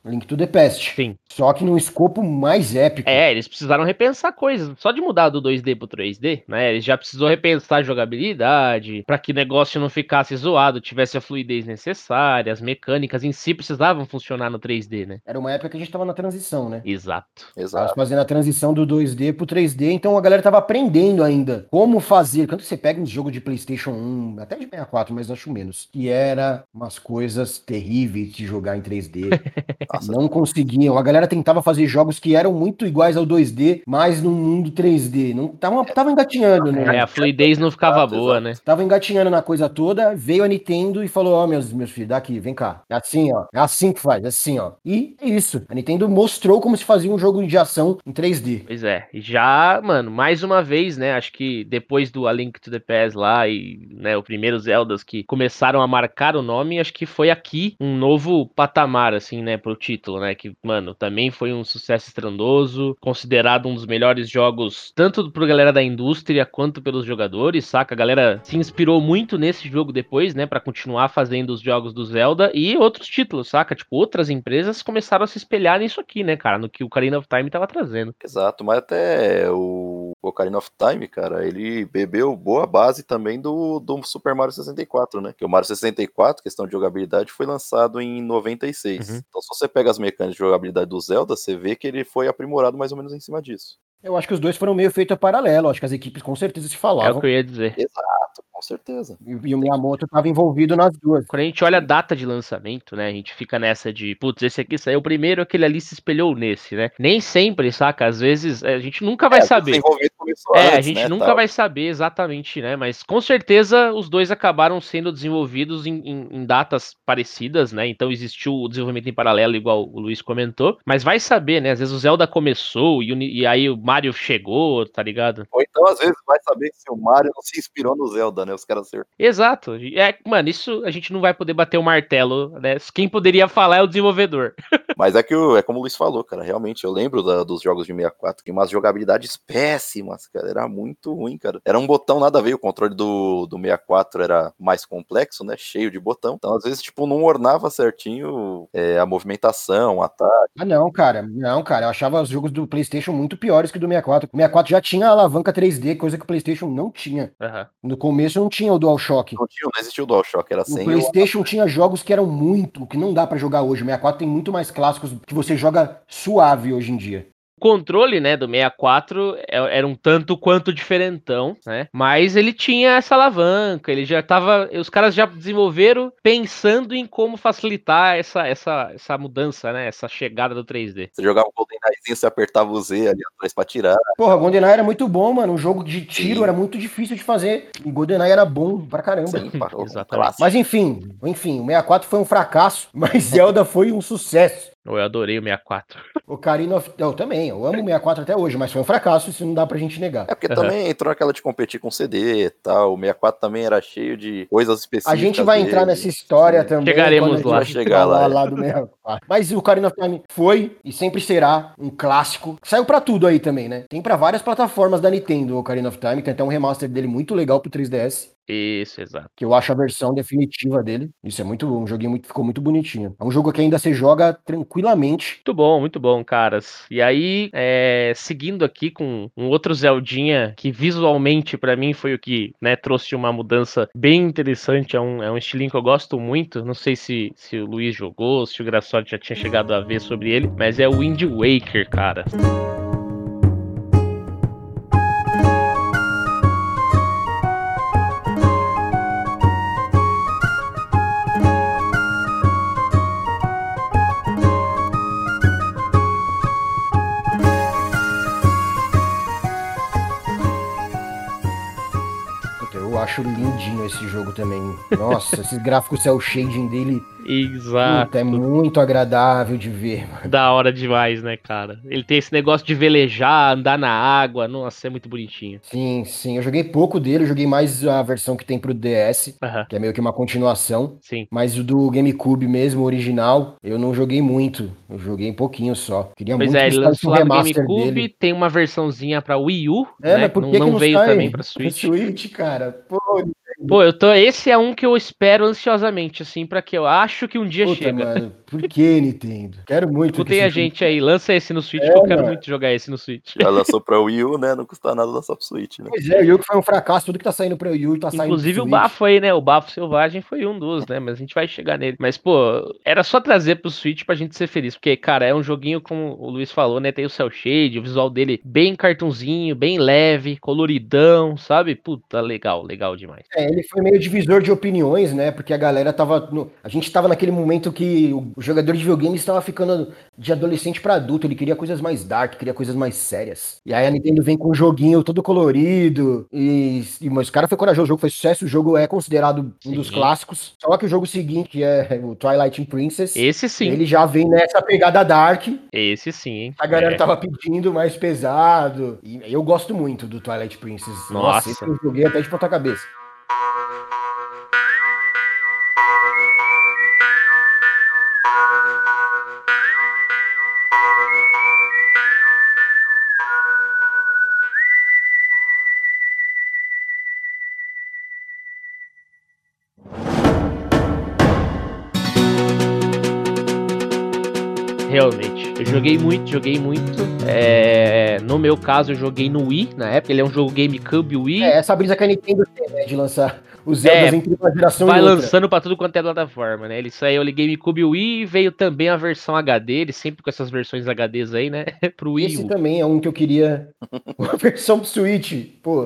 Link to the Past. Sim. Só que num escopo mais épico. É, eles precisaram repensar coisas. Só de mudar do dois D pro três D, né? Eles já precisou repensar a jogabilidade, pra que o negócio não ficasse zoado, tivesse a fluidez necessária, as mecânicas em si precisavam funcionar no três D, né? Era uma época que a gente tava na transição, né? Exato. Tava Exato. fazendo a transição do dois D pro três D, então a galera tava aprendendo ainda como fazer. Quando você pega um jogo de PlayStation um, até de sessenta e quatro, mas acho menos, que era umas coisas terríveis de jogar em três D. Nossa, Não conseguiam. A galera tentava fazer jogos que eram muito iguais ao dois D, mas num mundo três D. Não tava, tava engatinhando, né? É, a fluidez não ficava Exato, boa, exato. né? Tava engatinhando na coisa toda, veio a Nintendo e falou, ó, meus, meus filhos, daqui, vem cá. É assim, ó. É assim que faz, é assim, ó. E é isso. A Nintendo mostrou como se fazia um jogo de ação em três D. Pois é, e já, mano, mais uma vez, né, acho que depois do A Link to the Past lá e, né, o primeiro Zeldas que começaram a marcar o nome, acho que foi aqui um novo patamar, assim, né, pro título, né, que, mano, também foi um sucesso estrondoso, considerado um dos melhores jogos, tanto pro galera da indústria quanto pelos jogadores, saca? A galera se inspirou muito nesse jogo depois, né, pra continuar fazendo os jogos do Zelda e outros títulos, saca? Tipo, outras empresas começaram a se espelhar nisso aqui, né, cara, no que o Ocarina of Time tava trazendo. Exato, mas até o Ocarina of Time, cara, ele bebeu boa base também do, do Super Mario sessenta e quatro, né? Que o Mario sessenta e quatro, questão de jogabilidade, foi lançado em noventa e seis. Uhum. Então, se você pega as mecânicas de jogabilidade do Zelda, você vê que ele foi aprimorado mais ou menos em cima disso. Eu acho que os dois foram meio feitos a paralelo. Acho que as equipes com certeza se É o falavam. que eu ia dizer. Exato, com certeza. E, e o Miyamoto estava envolvido nas duas. Quando a gente olha a data de lançamento, né, a gente fica nessa de, putz, esse aqui saiu primeiro, aquele ali se espelhou nesse, né? Nem sempre, saca? Às vezes a gente nunca vai É, saber. O desenvolvimento começou É, a antes, gente né, nunca tal. vai saber exatamente, né? Mas com certeza os dois acabaram sendo desenvolvidos em, em- em datas parecidas, né? Então existiu o desenvolvimento em paralelo, igual o Luiz comentou. Mas vai saber, né? Às vezes o Zelda começou e, o Ni- e aí o Mario chegou, tá ligado? Ou então, às vezes, vai saber que se o Mario não se inspirou no Zelda, né? Os caras acertaram. Exato. E É, mano, isso a gente não vai poder bater o martelo, né? Quem poderia falar é o desenvolvedor. Mas é que o- é como o Luiz falou, cara. Realmente, eu lembro da- dos jogos de sessenta e quatro, que umas jogabilidades péssimas, cara. Era muito ruim, cara. Era um botão nada a ver. O controle do, do sessenta e quatro era mais complexo, né? Cheio de botão. Então, às vezes, tipo, não ornava certinho é, a movimentação, o ataque. Ah, não, cara. Não, cara. Eu achava os jogos do PlayStation muito piores que do sessenta e quatro. O sessenta e quatro já tinha a alavanca três D, coisa que o PlayStation não tinha. Aham. No começo não tinha o DualShock. Não, tinha, não existia o DualShock, era No sem o... PlayStation tinha jogos que eram muito, que não dá pra jogar hoje. O sessenta e quatro tem muito mais clássicos que você joga suave hoje em dia. O controle, né, do sessenta e quatro é- era um tanto quanto diferentão, né? Mas ele tinha essa alavanca, ele já tava, os caras já desenvolveram pensando em como facilitar essa, essa, essa mudança, né? Essa chegada do três D. Você jogava o GoldenEyezinho, você apertava o Z ali atrás pra tirar. Porra, GoldenEye era muito bom, mano. Um jogo de tiro Sim. era muito difícil de fazer. E GoldenEye era bom pra caramba. Sim, pá, um Exatamente. clássico. Mas enfim, enfim, o sessenta e quatro foi um fracasso, mas Zelda foi um sucesso. Eu adorei o sessenta e quatro. Ocarina of... Eu também, eu amo o sessenta e quatro até hoje, mas foi um fracasso, isso não dá pra gente negar. É porque Uhum. também entrou naquela de competir com C D e tal. O sessenta e quatro também era cheio de coisas específicas. A gente vai entrar dele. nessa história Sim. também. Chegaremos quando a gente lá. Vai chegar falar lá, é. lá do sessenta e quatro. Mas o Ocarina of Time foi e sempre será um clássico. Saiu pra tudo aí também, né? Tem pra várias plataformas da Nintendo o Ocarina of Time, tem até um remaster dele muito legal pro três D S. Isso, exato. Que eu acho a versão definitiva dele. Isso é muito um joguinho muito, ficou muito bonitinho. É um jogo que ainda se joga tranquilamente. Muito bom, muito bom, caras. E aí, é, seguindo aqui com um outro Zeldinha que visualmente pra mim foi o que, né, trouxe uma mudança bem interessante. É um, é um estilinho que eu gosto muito. Não sei se, se o Luiz jogou, se o Graçotti já tinha chegado a ver sobre ele, mas é o Wind Waker, cara. Puta, eu acho lindinho esse jogo também. Nossa, esses gráficos cel shading dele, Exato. puta, é muito agradável de ver, mano. Da hora demais, né, cara? Ele tem esse negócio de velejar, andar na água. Nossa, é muito bonitinho. Sim, sim. Eu joguei pouco dele, eu joguei mais a versão que tem pro D S, Aham, que é meio que uma continuação. sim. Mas o do GameCube mesmo, original, eu não joguei muito. Eu joguei um pouquinho só. Queria Pois muito é, que ele saísse lançou um lá no remaster GameCube, dele. tem uma versãozinha pra Wii U, É, né? mas por não, que que não não veio sai também pra pra Switch. Switch, cara? Pô, Pô, eu tô. Esse é um que eu espero ansiosamente, assim, pra que eu acho que um dia Puta, chega. mano, por que, Nintendo? Quero muito que Escutem esse a jogo... gente aí, lança esse no Switch É, que eu quero mano. muito jogar esse no Switch. Já lançou pra Wii U, né? Não custa nada lançar pro Switch, né? Pois é, o Yu foi um fracasso, tudo que tá saindo pra Wii U tá saindo pro Inclusive o Switch. Bafo aí, né? O Bafo Selvagem foi um dos, né? Mas a gente vai chegar nele. Mas, pô, era só trazer pro Switch pra gente ser feliz. Porque, cara, é um joguinho, como o Luiz falou, né? Tem o cel shade, o visual dele bem cartunzinho, bem leve, coloridão, sabe? Puta, legal, legal demais. É, ele foi meio divisor de opiniões, né? Porque a galera tava. no- A gente tava naquele momento que o jogador de videogame estava ficando de adolescente pra adulto. Ele queria coisas mais dark, queria coisas mais sérias. E aí a Nintendo vem com um joguinho todo colorido. E, e mas o cara foi corajoso, o jogo foi sucesso. O jogo é considerado um dos Sim. clássicos. Só que o jogo seguinte, que é o Twilight Princess, Esse sim. ele já vem nessa pegada dark. Esse sim, hein? A galera É. tava pedindo mais pesado. E eu gosto muito do Twilight Princess. Nossa, esse Nossa. eu joguei até de ponta cabeça. Realmente. Eu joguei muito, joguei muito. É, No meu caso, eu joguei no Wii, na época. Ele é um jogo GameCube Wii. É, essa brisa que a Nintendo tem, né, de lançar os Zeldas É, entre uma geração vai e outra. lançando pra tudo quanto é plataforma, né? Ele saiu ali GameCube Wii e veio também a versão H D, ele sempre com essas versões H Ds aí, né? Pro Wii Esse U. também é um que eu queria uma versão pro Switch. Pô,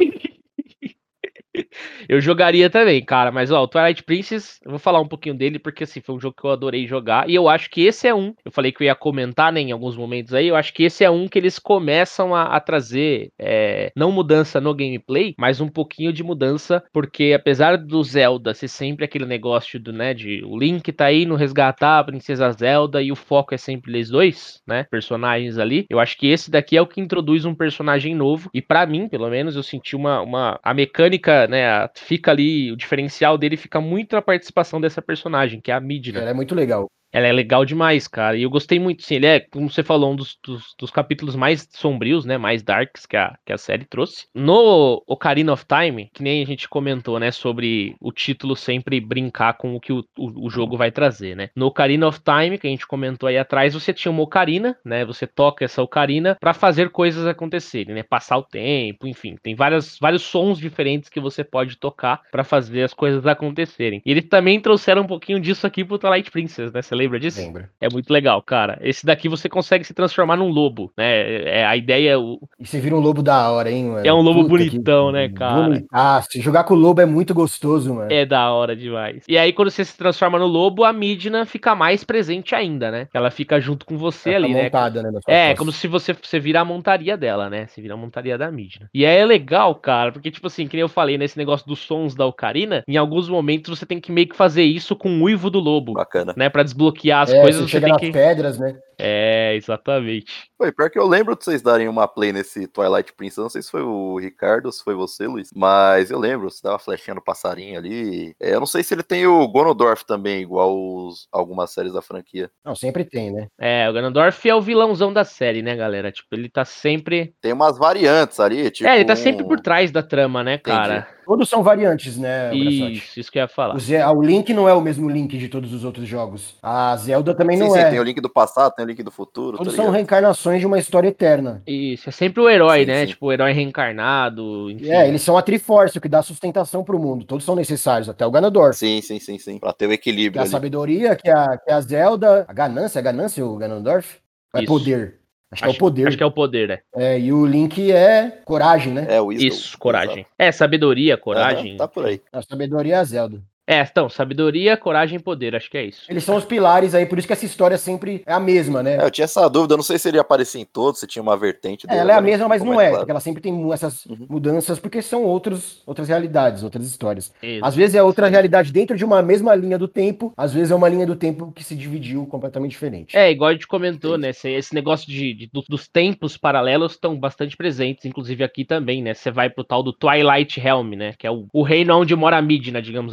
Eu jogaria também, cara, mas ó, o Twilight Princess, eu vou falar um pouquinho dele porque assim, foi um jogo que eu adorei jogar e eu acho que esse é um, eu falei que eu ia comentar, né, em alguns momentos aí, eu acho que esse é um que eles começam a, a trazer, é, não mudança no gameplay, mas um pouquinho de mudança, porque apesar do Zelda ser sempre aquele negócio do, né, de o Link tá indo resgatar a Princesa Zelda e o foco é sempre eles dois, né, personagens ali, eu acho que esse daqui é o que introduz um personagem novo e pra mim, pelo menos, eu senti uma, uma a mecânica, né, a- fica ali, o diferencial dele fica muito na participação dessa personagem, que é a Midna. ela é muito legal. Ela é legal demais, cara. E eu gostei muito, sim. Ele é, como você falou, um dos, dos, dos capítulos mais sombrios, né? Mais darks que a, que a série trouxe. No Ocarina of Time, que nem a gente comentou, né? Sobre o título sempre brincar com o que o, o, o jogo vai trazer, né? No Ocarina of Time, que a gente comentou aí atrás, você tinha uma ocarina, né? Você toca essa ocarina pra fazer coisas acontecerem, né? Passar o tempo, enfim. Tem várias, vários sons diferentes que você pode tocar pra fazer as coisas acontecerem. E eles também trouxeram um pouquinho disso aqui pro Twilight Princess, né? Você lembra disso? Lembra. É muito legal, cara. Esse daqui você consegue se transformar num lobo, né? É, a ideia o- E você vira um lobo da hora, hein, é mano? um lobo Puta que bonitão, né, cara? bonitaço. Jogar com o lobo é muito gostoso, mano. É da hora demais. E aí, quando você se transforma no lobo, a Midna fica mais presente ainda, né? Ela fica junto com você Ela tá ali, né? montada, né, nas suas É, como costas. se você, você vira a montaria dela, né? Você vira a montaria da Midna. E aí é legal, cara, porque, tipo assim, que nem eu falei, nesse negócio dos sons da ocarina, em alguns momentos você tem que meio que fazer isso com o uivo do lobo, Bacana. né? Pra desbloquear as É, você coisas, você chega tem nas que. pedras, né? É, exatamente. Foi, pior que eu lembro de vocês darem uma play nesse Twilight Princess. Não sei se foi o Ricardo ou se foi você, Luiz. Mas eu lembro, você dava flechinha no passarinho ali. É, eu não sei se ele tem o Gonodorf também, igual os, algumas séries da franquia. Não, sempre tem, né? É, o Ganondorf é o vilãozão da série, né, galera? Tipo, ele tá sempre. Tem umas variantes ali, É, tipo ele tá sempre por um... trás da trama, né, Entendi. cara? Todos são variantes, né, Braçote? Isso, isso que eu ia O, falar. Ze- ah, o Link não é o mesmo Link de todos os outros jogos. A Zelda também Sim, não sim, tem o é. link do passado, tem o link do futuro, tá Todos são ligado? reencarnações de uma história eterna. Isso, é sempre o herói, Sim, né? sim. Tipo, o herói reencarnado, É, enfim. eles são a Triforce, o que dá sustentação pro mundo. Todos são necessários, até o Ganondorf. Sim, sim, sim, sim. Pra ter o Que é equilíbrio a ali. sabedoria, que é a, que é a Zelda. A ganância, é ganância o Ganondorf? Ou é Isso. poder? Acho que é o Acho, acho que é poder. o poder, né? É, e o Link é coragem, né? É, o Wisdom. Isso, Exato. coragem. É, sabedoria, Aham, coragem, tá por enfim. aí. A sabedoria é a Zelda. É, então, sabedoria, coragem e poder, acho que é isso. Eles são os pilares aí, por isso que essa história sempre é a mesma, né? É, eu tinha essa dúvida, eu não sei se ele aparecia em todos, se tinha uma vertente É, dele. ela é a Agora mesma, mas ficou não mais é, claro. porque ela sempre tem mu- essas Uhum. mudanças, porque são outros, outras realidades, outras histórias. Isso. Às vezes é outra realidade dentro de uma mesma linha do tempo, às vezes é uma linha do tempo que se dividiu completamente diferente. É, igual a gente comentou, Entendi. né? Esse, esse negócio de, de- do- dos tempos paralelos estão bastante presentes, inclusive aqui também, né? Você vai pro tal do Twilight Realm, né? Que é o, o reino onde mora a Midna, digamos assim.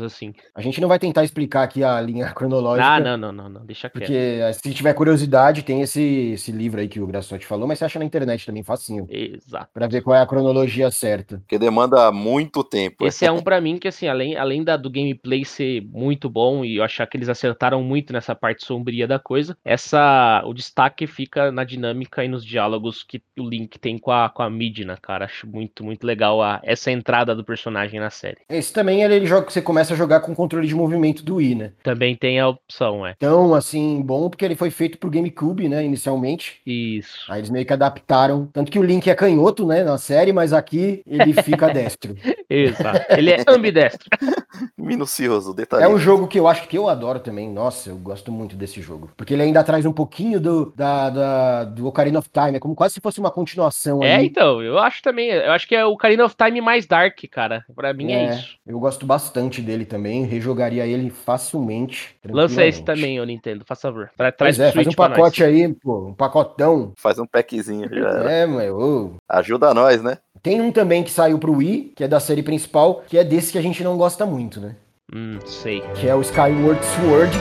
A gente não vai tentar explicar aqui a linha cronológica. Ah, não, não, não, não, deixa quieto. Porque se tiver curiosidade, tem esse, esse livro aí que o Grassotti falou, mas você acha na internet também, facinho. Exato. Pra ver qual é a cronologia certa. Porque demanda muito tempo. Esse é um pra mim que, assim, além, além da, do gameplay ser muito bom e eu achar que eles acertaram muito nessa parte sombria da coisa, essa, o destaque fica na dinâmica e nos diálogos que o Link tem com a, com a Midna, cara. Acho muito, muito legal a, essa entrada do personagem na série. Esse também ele joga, você começa a jogar com controle de movimento do Wii, né? Também tem a opção, é. Então, assim, bom porque ele foi feito pro GameCube, né, inicialmente. Isso. Aí eles meio que adaptaram. Tanto que o Link é canhoto, né, na série, mas aqui ele fica destro. Exato. Ele é ambidestro. Minucioso, detalhe. É um jogo que eu acho que eu adoro também. Nossa, eu gosto muito desse jogo. Porque ele ainda traz um pouquinho do, da, da- do Ocarina of Time. É como quase se fosse uma continuação É, ali. então, eu acho também. Eu acho que é o Ocarina of Time mais dark, cara. Pra mim é, É, isso. eu gosto bastante dele também. Rejogaria ele facilmente. Lança esse tranquilamente. também, ô Nintendo, faz favor. Tra Pois traz pro é, faz Switch um pra nós. pacote aí, pô, um pacotão. Faz um packzinho, já era. É, mas ô. Ajuda nós, né? Tem um também que saiu pro Wii, que é da série principal, que é desse que a gente não gosta muito, né? Hum, sei. Que é o Skyward Sword.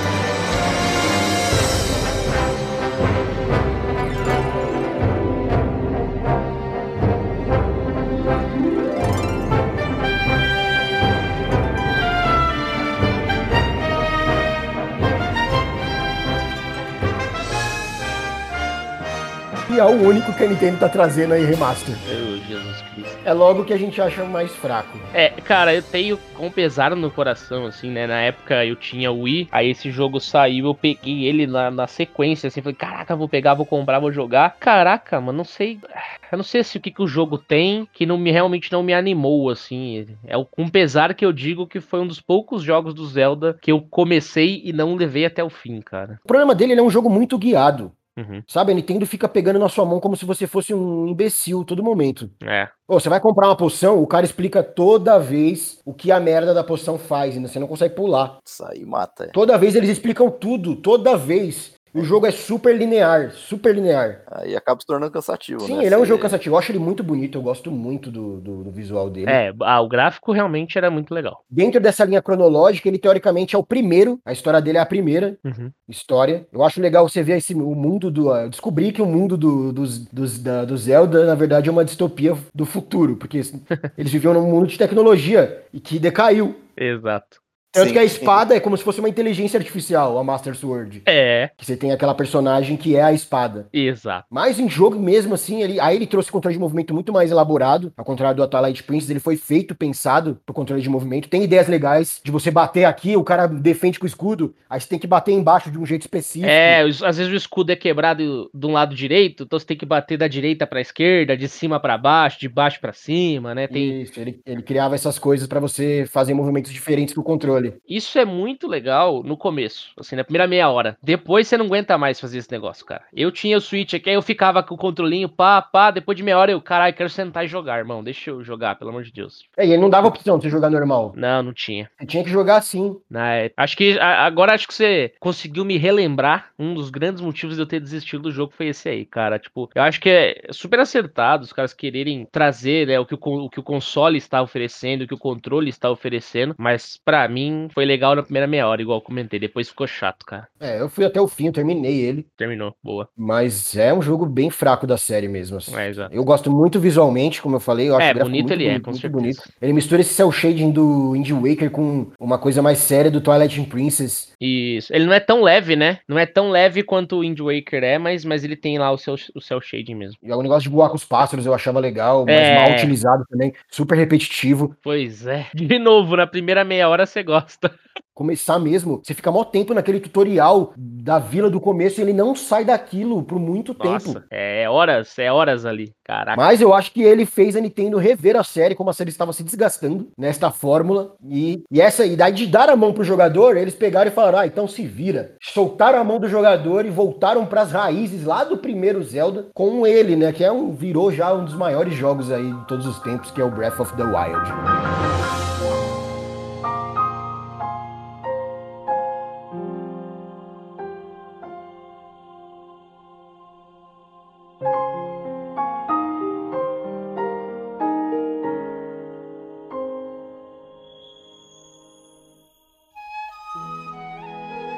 E é o único que a Nintendo tá trazendo aí remaster. Meu Jesus Cristo. É logo que a gente acha mais fraco. É, cara, eu tenho com pesar no coração, assim, né? Na época eu tinha o Wii, aí esse jogo saiu, eu peguei ele na, na sequência, assim, falei, caraca, vou pegar, vou comprar, vou jogar. Caraca, mano, não sei. Eu não sei se o que, que o jogo tem que não me realmente não me animou, assim. É o, com pesar que eu digo que foi um dos poucos jogos do Zelda que eu comecei e não levei até o fim, cara. O problema dele, ele é um jogo muito guiado. Uhum. Sabe, a Nintendo fica pegando na sua mão como se você fosse um imbecil todo momento. É. Ô, você vai comprar uma poção, o cara explica toda vez o que a merda da poção faz, ainda você não consegue pular. Isso aí mata. É. Toda vez eles explicam tudo, toda vez. O jogo é super linear, super linear. Aí acaba se tornando cansativo, Sim, né? ele é um Você- jogo cansativo. Eu acho ele muito bonito, eu gosto muito do, do, do visual dele. É, ah, o gráfico realmente era muito legal. Dentro dessa linha cronológica, ele teoricamente é o primeiro. A história dele é a primeira Uhum. história. Eu acho legal você ver esse, o mundo do. Eu descobri que o mundo do, dos, dos, da, do Zelda, na verdade, é uma distopia do futuro, porque eles viviam num mundo de tecnologia e que decaiu. Exato. Tanto Sim. que a espada é como se fosse uma inteligência artificial, a Master Sword. É, Que você tem aquela personagem que é a espada. exato. Mas em jogo mesmo, assim, ele, aí ele trouxe controle de movimento muito mais elaborado. Ao contrário do Twilight Princess, ele foi feito, pensado pro controle de movimento. Tem ideias legais de você bater aqui, o cara defende com o escudo, aí você tem que bater embaixo de um jeito específico. É, os- às vezes o escudo é quebrado de um lado direito, então você tem que bater da direita pra esquerda, de cima pra baixo, de baixo pra cima, né? Tem... Isso, ele, ele criava essas coisas pra você fazer movimentos diferentes com o controle. Isso é muito legal no começo, assim, na primeira meia hora. Depois você não aguenta mais fazer esse negócio, cara. Eu tinha o Switch aqui, aí eu ficava com o controlinho, pá, pá, depois de meia hora eu, caralho, quero sentar e jogar, irmão, deixa eu jogar, pelo amor de Deus. É, e ele não dava opção de você jogar normal. Não, não tinha. Você tinha que jogar assim. Né? Acho que a- agora acho que você conseguiu me relembrar. Um dos grandes motivos de eu ter desistido do jogo foi esse aí, cara. Tipo, eu acho que é super acertado os caras quererem trazer, né, o que o, con- o que o console está oferecendo, o que o controle está oferecendo. Mas pra mim foi legal na primeira meia hora, igual eu comentei. Depois ficou chato, cara. É, eu fui até o fim, eu terminei ele. Terminou, boa. Mas é um jogo bem fraco da série mesmo. assim. É, exato. Eu gosto muito visualmente, como eu falei. Eu acho É, o gráfico bonito muito ele é, bonito, com muito certeza. bonito. Ele mistura esse cel shading do Indie Waker com uma coisa mais séria do Twilight Princess. Isso. Ele não é tão leve, né? Não é tão leve quanto o Wind Waker é, mas, mas ele tem lá o seu, o cel shading mesmo. E o negócio de voar com os pássaros eu achava legal, mas É. mal utilizado também. Super repetitivo. Pois é. De novo, na primeira meia hora você gosta. Começar mesmo, você fica mó tempo naquele tutorial da vila do começo e ele não sai daquilo por muito Nossa, tempo. é horas, é horas ali. Caraca. Mas eu acho que ele fez a Nintendo rever a série, como a série estava se desgastando nesta fórmula. E, e essa ideia de dar a mão pro jogador, eles pegaram e falaram: ah, então se vira. Soltaram a mão do jogador e voltaram para as raízes lá do primeiro Zelda com ele, né? Que é um, virou já um dos maiores jogos aí de todos os tempos, que é o Breath of the Wild.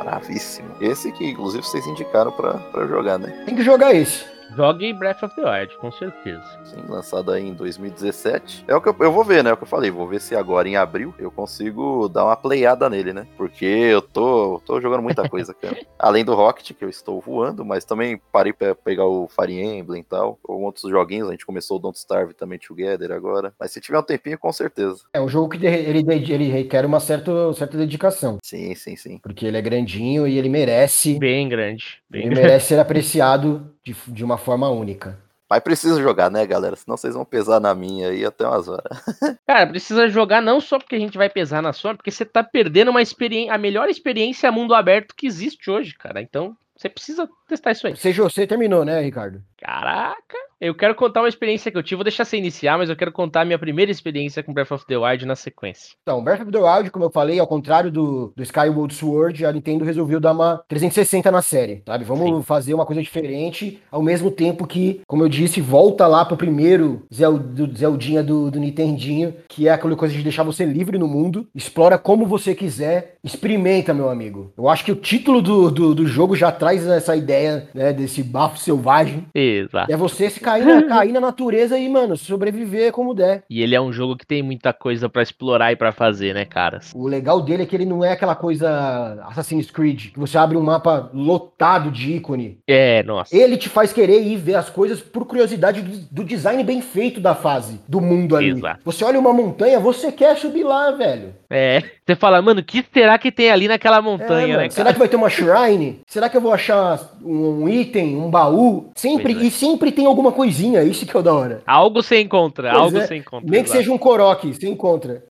Bravíssimo. Esse que, inclusive, vocês indicaram pra, pra jogar, né? Tem que jogar esse. Jogue Breath of the Wild, com certeza. Sim, lançado aí em dois mil e dezessete. É o que eu, eu vou ver, né? É o que eu falei. Vou ver se agora em abril eu consigo dar uma playada nele, né? Porque eu tô, tô jogando muita coisa, cara. Além do Rocket, que eu estou voando, mas também parei pra pegar o Fire Emblem e tal. Ou outros joguinhos. A gente começou o Don't Starve também Together agora. Mas se tiver um tempinho, com certeza. É um jogo que de- ele, ele requer uma certa, certa dedicação. Sim, sim, sim. Porque ele é grandinho e ele merece. Bem grande. Bem Ele grande. merece ser apreciado de, de uma forma única. Mas precisa jogar, né, galera? Senão vocês vão pesar na minha aí até umas horas. Cara, precisa jogar não só porque a gente vai pesar na sua, porque você tá perdendo uma experiência, a melhor experiência mundo aberto que existe hoje, cara. Então, você precisa testar isso aí. Você, você terminou, né, Ricardo? Caraca! Eu quero contar uma experiência que eu tive. Vou deixar você iniciar, mas eu quero contar a minha primeira experiência com Breath of the Wild na sequência. Então, Breath of the Wild, como eu falei, ao contrário do, do Skyward Sword, a Nintendo resolveu dar uma trezentos e sessenta na série, sabe? Vamos Sim. fazer uma coisa diferente, ao mesmo tempo que, como eu disse, volta lá pro primeiro Zel, do, Zeldinha do, do Nintendinho, que é aquela coisa de deixar você livre no mundo, explora como você quiser, experimenta, meu amigo. Eu acho que o título do, do, do jogo já traz essa ideia, né, desse bafo selvagem. Exato. É você se cair na, cair na natureza e, mano, sobreviver como der. E ele é um jogo que tem muita coisa pra explorar e pra fazer, né, cara? O legal dele é que ele não é aquela coisa Assassin's Creed, que você abre um mapa lotado de ícone. É, nossa. Ele te faz querer ir ver as coisas por curiosidade do, do design bem feito da fase, do mundo ali. Exato. Você olha uma montanha, você quer subir lá, velho. É. Você fala, mano, o que será que tem ali naquela É, montanha, mano, né, será cara? que vai ter uma shrine? Será que eu vou achar um, um item, um baú? Sempre, Pois é. e sempre tem alguma coisinha, isso que é o da hora. Algo você encontra, Pois algo é, você encontra. Nem que exato. seja um coroque, você encontra.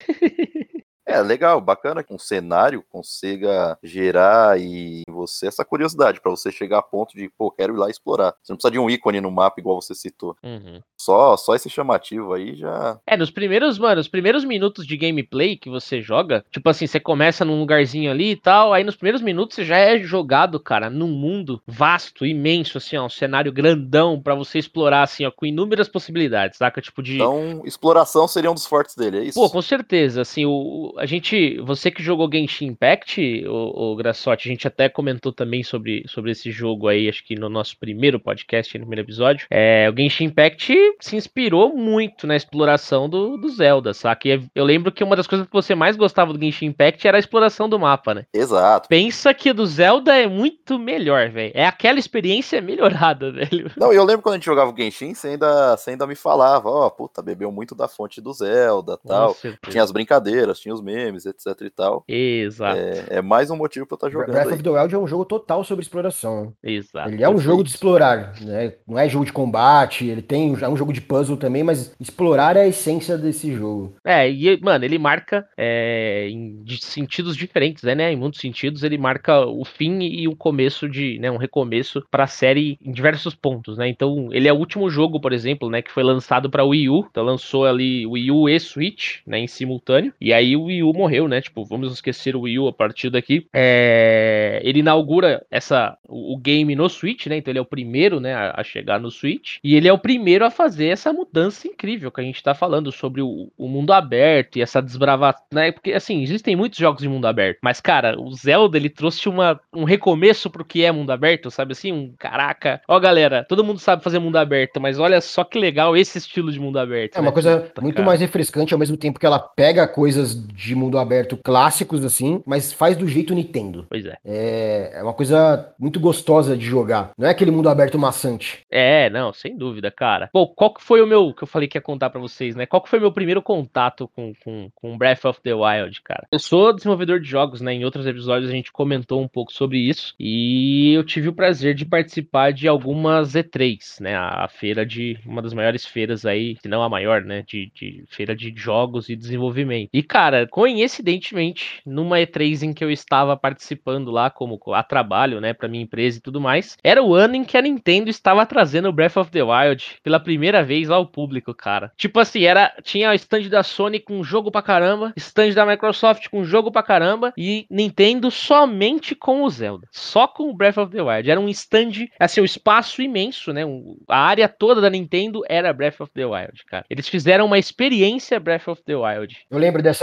É, legal, bacana que um cenário consiga gerar e em você essa curiosidade pra você chegar a ponto de, pô, quero ir lá explorar. Você não precisa de um ícone no mapa igual você citou. Uhum. Só, só esse chamativo aí já... É, nos primeiros, mano, os primeiros minutos de gameplay que você joga, tipo assim, você começa num lugarzinho ali e tal, aí nos primeiros minutos você já é jogado, cara, num mundo vasto, imenso, assim, ó, um cenário grandão pra você explorar, assim, ó, com inúmeras possibilidades, saca? Tipo de... Então, exploração seria um dos fortes dele, é isso? Pô, com certeza, assim, o, a gente, você que jogou Genshin Impact, o, o Grassotti, a gente até comentou também sobre, sobre esse jogo aí, acho que no nosso primeiro podcast, no primeiro episódio, é, o Genshin Impact se inspirou muito na exploração do, do Zelda, saca? E eu lembro que uma das coisas que você mais gostava do Genshin Impact era a exploração do mapa, né? Exato. Pensa que a do Zelda é muito melhor, velho. É aquela experiência melhorada, velho. Não, eu lembro quando a gente jogava o Genshin, você ainda, você ainda me falava, ó, oh, puta, bebeu muito da fonte do Zelda e tal. certeza. Tinha as brincadeiras, tinha os memes, etc e tal. Exato, É, é mais um motivo pra eu estar jogando Breath aí. of the Wild é um jogo total sobre exploração. exato. Ele é um perfeito. jogo de explorar, né? Não é jogo de combate, ele tem é um jogo de puzzle também, mas explorar é a essência desse jogo. É, e, mano, ele marca é, em de sentidos diferentes, né? Em muitos sentidos, ele marca o fim e o começo de, né? Um recomeço pra série em diversos pontos, né? Então, ele é o último jogo, por exemplo, né? Que foi lançado pra Wii U. Então, lançou ali o Wii U e Switch, né? Em simultâneo. E aí o Wii U morreu, né? Tipo, vamos esquecer o Wii U a partir daqui. É, ele inaugura essa, o, o game no Switch, né? Então, ele é o primeiro, né? A, a chegar no Switch. E ele é o primeiro a fazer essa mudança incrível que a gente tá falando sobre o, o mundo aberto e essa desbravata, né? Porque, assim, existem muitos jogos de mundo aberto. Mas, cara, o Zelda, ele trouxe uma, um recomeço pro que é mundo aberto, sabe assim? Um caraca. Ó, galera, todo mundo sabe fazer mundo aberto, mas olha só que legal esse estilo de mundo aberto. É né? uma coisa Puta, muito cara. mais refrescante, ao mesmo tempo que ela pega coisas de mundo aberto clássicos, assim, mas faz do jeito Nintendo. Pois é. É, é uma coisa muito gostosa de jogar. Não é aquele mundo aberto maçante. É, não, sem dúvida, cara. Pô, qual que foi o meu, que eu falei que ia contar pra vocês, né? Qual que foi o meu primeiro contato com, com, com Breath of the Wild, cara? Eu sou desenvolvedor de jogos, né? Em outros episódios a gente comentou um pouco sobre isso. E eu tive o prazer de participar de algumas E três, né? A, a feira de, uma das maiores feiras aí, se não a maior, né? De, de feira de jogos e desenvolvimento. E, cara, coincidentemente, numa E três em que eu estava participando lá como a trabalho, né? Pra minha empresa e tudo mais, era o ano em que a Nintendo estava trazendo o Breath of the Wild pela primeira vez ao público, cara. Tipo assim, era, tinha o stand da Sony com jogo pra caramba, stand da Microsoft com jogo pra caramba e Nintendo somente com o Zelda. Só com o Breath of the Wild. Era um stand, assim, um espaço imenso, né? Um, a área toda da Nintendo era Breath of the Wild, cara. Eles fizeram uma experiência Breath of the Wild. Eu lembro dessa E três.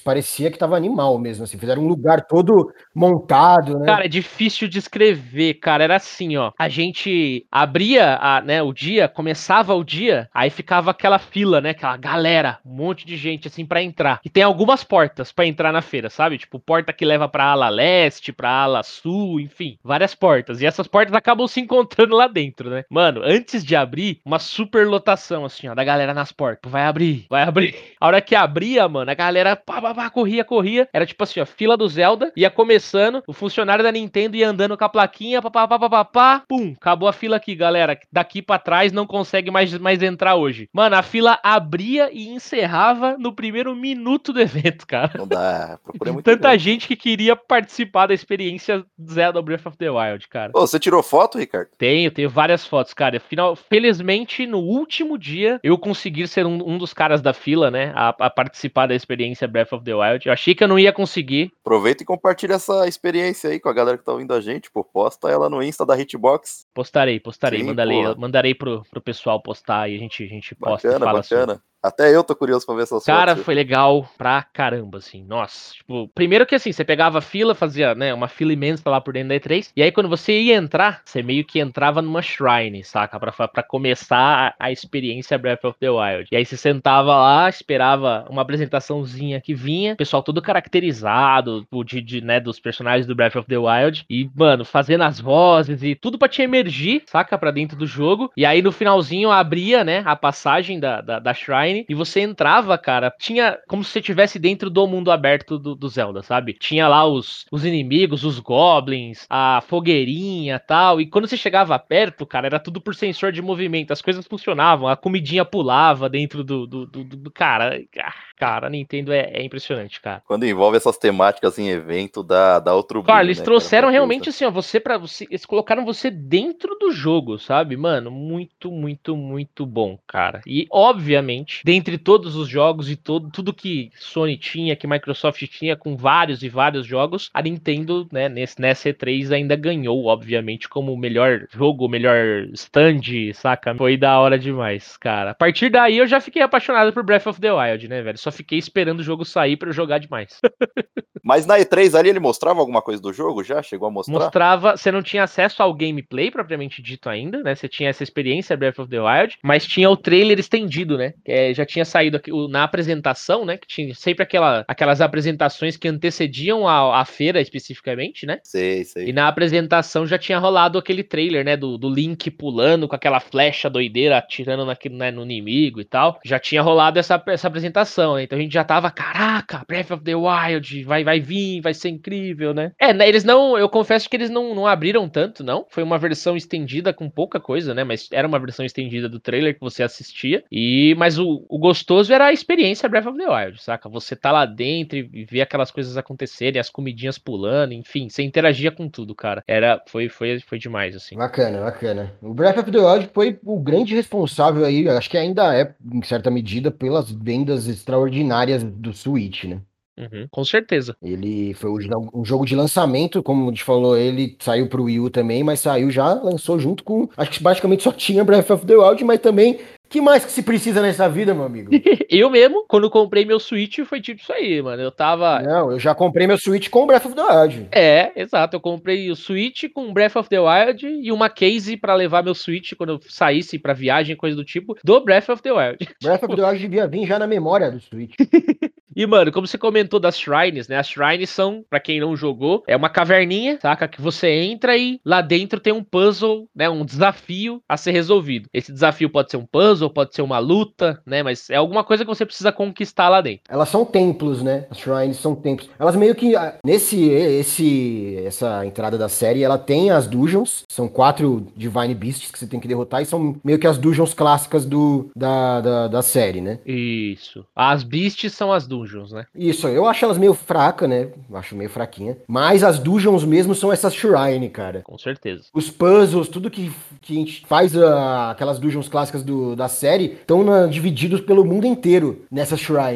parecia que tava animal mesmo, assim, fizeram um lugar todo montado, né? Cara, é difícil de escrever, cara, era assim, ó, a gente abria, a, né, o dia, começava o dia, aí ficava aquela fila, né, aquela galera, um monte de gente, assim, pra entrar, e tem algumas portas pra entrar na feira, sabe, tipo, porta que leva pra ala leste, pra ala sul, enfim, várias portas, e essas portas acabam se encontrando lá dentro, né, mano, antes de abrir, uma super lotação, assim, ó, da galera nas portas, vai abrir, vai abrir, a hora que abria, mano, a galera, pá, pá, pá, corria, corria, era tipo assim, ó, fila do Zelda, ia começando, o funcionário da Nintendo ia andando com a plaquinha, pá, pá, pá, pá, pá, pá, pum, acabou a fila aqui, galera, daqui pra trás não consegue mais, mais entrar hoje. Mano, a fila abria e encerrava no primeiro minuto do evento, cara. Não dá, procura muito Tanta grande. gente que queria participar da experiência Zelda Breath of the Wild, cara. Ô, você tirou foto, Ricardo? Tenho, tenho várias fotos, cara. Final, felizmente, no último dia, eu consegui ser um, um dos caras da fila, né? A, a participar da experiência Breath of the Wild. Eu achei que eu não ia conseguir. Aproveita e compartilha essa experiência aí com a galera que tá ouvindo a gente, pô. Posta ela no Insta da Hitbox. Postarei, postarei. Sim, mandarei, porra. mandarei pro, pro pessoal postar e a gente, a gente posta e Bacana, fala sobre. bacana. Até eu tô curioso pra ver essas Cara, fotos. foi legal pra caramba, assim, nossa, tipo, primeiro que assim, você pegava a fila, fazia, né, uma fila imensa lá por dentro da E três, e aí quando você ia entrar, você meio que entrava numa shrine, saca, pra, pra começar a, a experiência Breath of the Wild, e aí você sentava lá, esperava uma apresentaçãozinha que vinha, pessoal todo caracterizado, de, de, né, dos personagens do Breath of the Wild, e, mano, fazendo as vozes e tudo pra te emergir, saca, pra dentro do jogo, e aí no finalzinho abria, né, a passagem da, da, da shrine, e você entrava, cara, tinha como se você estivesse dentro do mundo aberto do, do Zelda, sabe? Tinha lá os, os inimigos, os goblins, a fogueirinha e tal, e quando você chegava perto, cara, era tudo por sensor de movimento, as coisas funcionavam, a comidinha pulava dentro do, do, do, do, do cara, cara, a Nintendo é, é impressionante, cara. Quando envolve essas temáticas em evento, dá, dá outro Cara, brilho, eles né, trouxeram cara, realmente assim, ó, você para você, eles colocaram você dentro do jogo, sabe? Mano, muito, muito, muito bom, cara. E obviamente, dentre todos os jogos e todo tudo que Sony tinha, que Microsoft tinha com vários e vários jogos, a Nintendo, né, nesse nessa E três ainda ganhou, obviamente, como o melhor jogo, o melhor stand, saca? Foi da hora demais, cara. A partir daí eu já fiquei apaixonado por Breath of the Wild, né, velho? Só fiquei esperando o jogo sair pra eu jogar demais. Mas na E três ali ele mostrava alguma coisa do jogo já? Chegou a mostrar? Mostrava, você não tinha acesso ao gameplay propriamente dito ainda, né? Você tinha essa experiência Breath of the Wild, mas tinha o trailer estendido, né? Que é, já tinha saído aqui, o, na apresentação, né? Que tinha sempre aquela, aquelas apresentações que antecediam a, a feira especificamente, né? Sei, sei. E na apresentação já tinha rolado aquele trailer, né? Do, do Link pulando com aquela flecha doideira atirando naquele, né, no inimigo e tal. Já tinha rolado essa, essa apresentação, né? Então a gente já tava, caraca, Breath of the Wild, vai, vai vir, vai ser incrível, né? É, né, eles não, eu confesso que eles não, não abriram tanto, não. Foi uma versão estendida com pouca coisa, né? Mas era uma versão estendida do trailer que você assistia. E, mas o, o gostoso era a experiência Breath of the Wild, saca? Você tá lá dentro e ver aquelas coisas acontecerem, as comidinhas pulando, enfim, você interagia com tudo, cara. Era, foi, foi, foi demais, assim. Bacana, bacana. O Breath of the Wild foi o grande responsável aí, acho que ainda é, em certa medida, pelas vendas extraordinárias do Switch, né? Uhum, com certeza. Ele foi um jogo de lançamento, como a gente falou, ele saiu pro Wii U também, mas saiu já, lançou junto com, acho que basicamente só tinha Breath of the Wild, mas também, que mais que se precisa nessa vida, meu amigo? Eu mesmo, quando comprei meu Switch, foi tipo isso aí, mano. Eu tava. Não, eu já comprei meu Switch com Breath of the Wild. É, exato. Eu comprei o Switch com Breath of the Wild e uma case pra levar meu Switch quando eu saísse pra viagem, coisa do tipo, do Breath of the Wild. Breath of the Wild devia vir já na memória do Switch. E, mano, como você comentou das shrines, né? As shrines são, pra quem não jogou, é uma caverninha, saca? Que você entra e lá dentro tem um puzzle, né? Um desafio a ser resolvido. Esse desafio pode ser um puzzle, pode ser uma luta, né? Mas é alguma coisa que você precisa conquistar lá dentro. Elas são templos, né? As shrines são templos. Elas meio que, nesse, esse, essa entrada da série, ela tem as dungeons. São quatro Divine Beasts que você tem que derrotar e são meio que as dungeons clássicas do, da, da, da série, né? Isso. As beasts são as dungeons, né? Isso, eu acho elas meio fracas, né? Acho meio fraquinha. Mas as dungeons mesmo são essas shrine, cara. Com certeza. Os puzzles, tudo que, que a gente faz, uh, aquelas dungeons clássicas do, da série, estão divididos pelo mundo inteiro nessas shrines.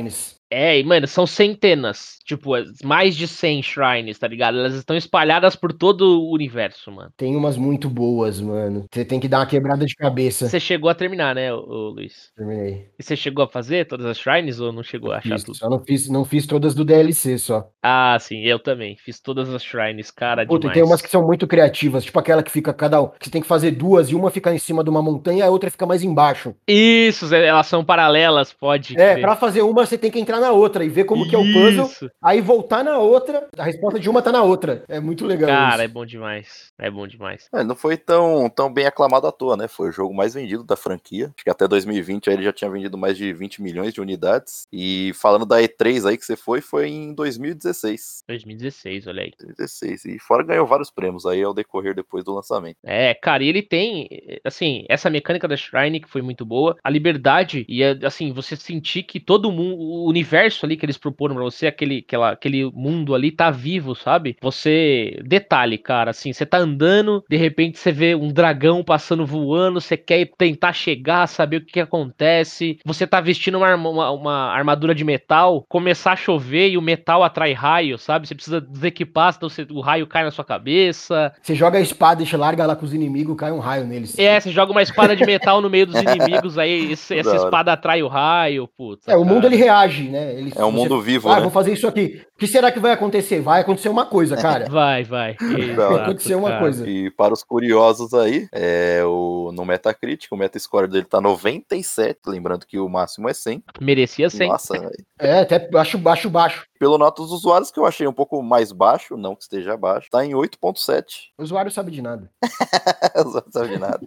É, e, mano, são centenas. Tipo, mais de cem shrines, tá ligado? Elas estão espalhadas por todo o universo, mano. Tem umas muito boas, mano. Você tem que dar uma quebrada de cabeça. Você chegou a terminar, né, ô, ô, Luiz? Terminei. E você chegou a fazer todas as shrines ou não chegou a achar Fiz, tudo? só não fiz, não fiz todas do D L C só. Ah, sim, eu também. Fiz todas as shrines, cara, Puta, e demais. tem umas que são muito criativas, tipo aquela que fica cada um, que você tem que fazer duas e uma fica em cima de uma montanha e a outra fica mais embaixo. Isso, elas são paralelas, pode É, crer. pra fazer uma você tem que entrar na outra e ver como que é o puzzle, Isso. aí voltar na outra, a resposta de uma tá na outra. É muito legal Cara, isso. é bom demais. É bom demais. É, não foi tão, tão bem aclamado à toa, né? Foi o jogo mais vendido da franquia. Acho que até dois mil e vinte aí ele já tinha vendido mais de vinte milhões de unidades. E falando da E três aí que você foi, foi em dois mil e dezesseis. dois mil e dezesseis, olha aí. dois mil e dezesseis. E fora ganhou vários prêmios aí ao decorrer depois do lançamento. É, cara, e ele tem, assim, essa mecânica da Shrine que foi muito boa, a liberdade e, assim, você sentir que todo mundo, o universo ali que eles proporam pra você, aquele, aquela, aquele mundo ali tá vivo, sabe? Você, detalhe, cara, assim, você tá andando, de repente você vê um dragão passando voando, você quer tentar chegar, saber o que, que acontece, você tá vestindo uma, uma, uma armadura de metal, começar a chover e o metal atrai raio, sabe? Você precisa desequipar, senão você, o raio cai na sua cabeça. Você joga a espada e larga lá com os inimigos, cai um raio neles. É, você joga uma espada de metal no meio dos inimigos, aí esse, essa espada atrai o raio, puta. É, o mundo cara. ele reage, né? Ele, É um você- mundo vivo, ah, né? vou fazer isso aqui. O que será que vai acontecer? Vai acontecer uma coisa, cara. Vai, vai. Vai Exato, acontecer uma cara. coisa. E para os curiosos aí, é, o, no Metacritic, o Metascore dele tá noventa e sete, lembrando que o máximo é cem. Merecia sim. Nossa, É, até baixo, baixo, baixo. pelo nota dos usuários, que eu achei um pouco mais baixo, não que esteja baixo, tá em oito ponto sete. O usuário sabe de nada. Não sabe de nada.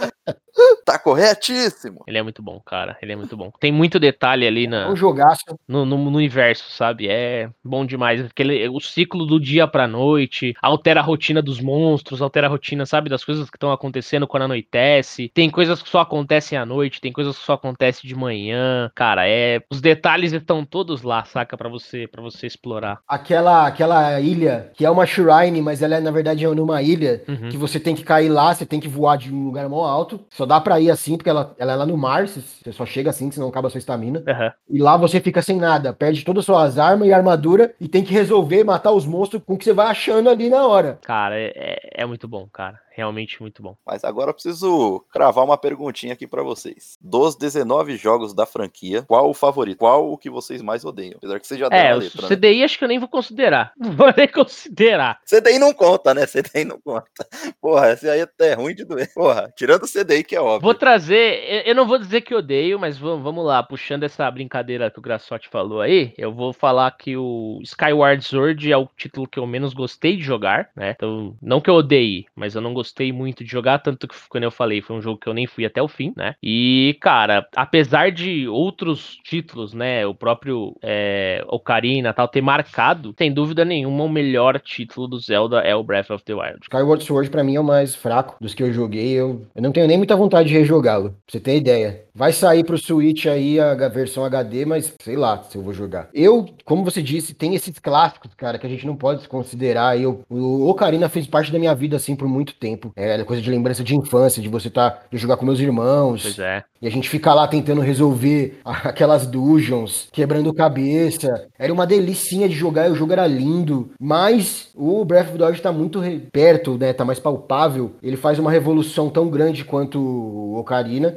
Tá corretíssimo. Ele é muito bom, cara. Ele é muito bom. Tem muito detalhe ali É na, um jogaço. no, no, no universo, sabe? É bom demais. Aquele, o ciclo do dia pra noite, altera a rotina dos monstros, altera a rotina, sabe? Das coisas que estão acontecendo quando anoitece. Tem coisas que só acontecem à noite, tem coisas que só acontecem de manhã. Cara, é. Os detalhes estão todos lá, saca? Pra você, pra você explorar. Aquela, aquela ilha, que é uma shrine, mas ela é, na verdade, é numa ilha, Uhum. que você tem que cair lá, você tem que voar de um lugar mó alto. Só dá pra ir assim, porque ela, ela é lá no mar, você você só chega assim, senão acaba a sua estamina. Aham. E lá você fica sem nada, perde todas as suas armas e armadura e tem que resolver matar os monstros com o que você vai achando ali na hora. Cara, é, é, é muito bom, cara. Realmente muito bom. Mas agora eu preciso cravar uma perguntinha aqui pra vocês. Dos dezenove jogos da franquia, qual o favorito? Qual o que vocês mais odeiam? Apesar que você já É, deram a o letra, né? C D I acho que eu nem vou considerar. Não vou nem considerar. C D I não conta, né? C D I não conta. Porra, esse aí é até ruim de doer. Porra, tirando o C D I, que é óbvio. Vou trazer, eu- eu não vou dizer que odeio, mas vamos, vamos lá, puxando essa brincadeira que o Grassotti falou aí, eu vou falar que o Skyward Sword é o título que eu menos gostei de jogar, né? Então, não que eu odeie, mas eu não gostei muito de jogar, tanto que, quando eu falei, foi um jogo que eu nem fui até o fim, né? E, cara, apesar de outros títulos, né, o próprio é, Ocarina e tal, ter marcado, sem dúvida nenhuma, o melhor título do Zelda é o Breath of the Wild. Skyward Sword pra mim é o mais fraco dos que eu joguei. Eu, eu não tenho nem muita vontade de rejogá-lo, pra você ter ideia. Vai sair pro Switch aí a, a versão H D, mas sei lá se eu vou jogar. Eu, como você disse, tem esses clássicos, cara, que a gente não pode considerar. Eu, o Ocarina fez parte da minha vida assim por muito tempo. É coisa de lembrança de infância, de você tá de jogar com meus irmãos. Pois é. E a gente fica lá tentando resolver aquelas dungeons, quebrando cabeça. Era uma delicinha de jogar, e o jogo era lindo. Mas o Breath of the Wild tá muito re- perto, né? Tá mais palpável. Ele faz uma revolução tão grande quanto o Ocarina,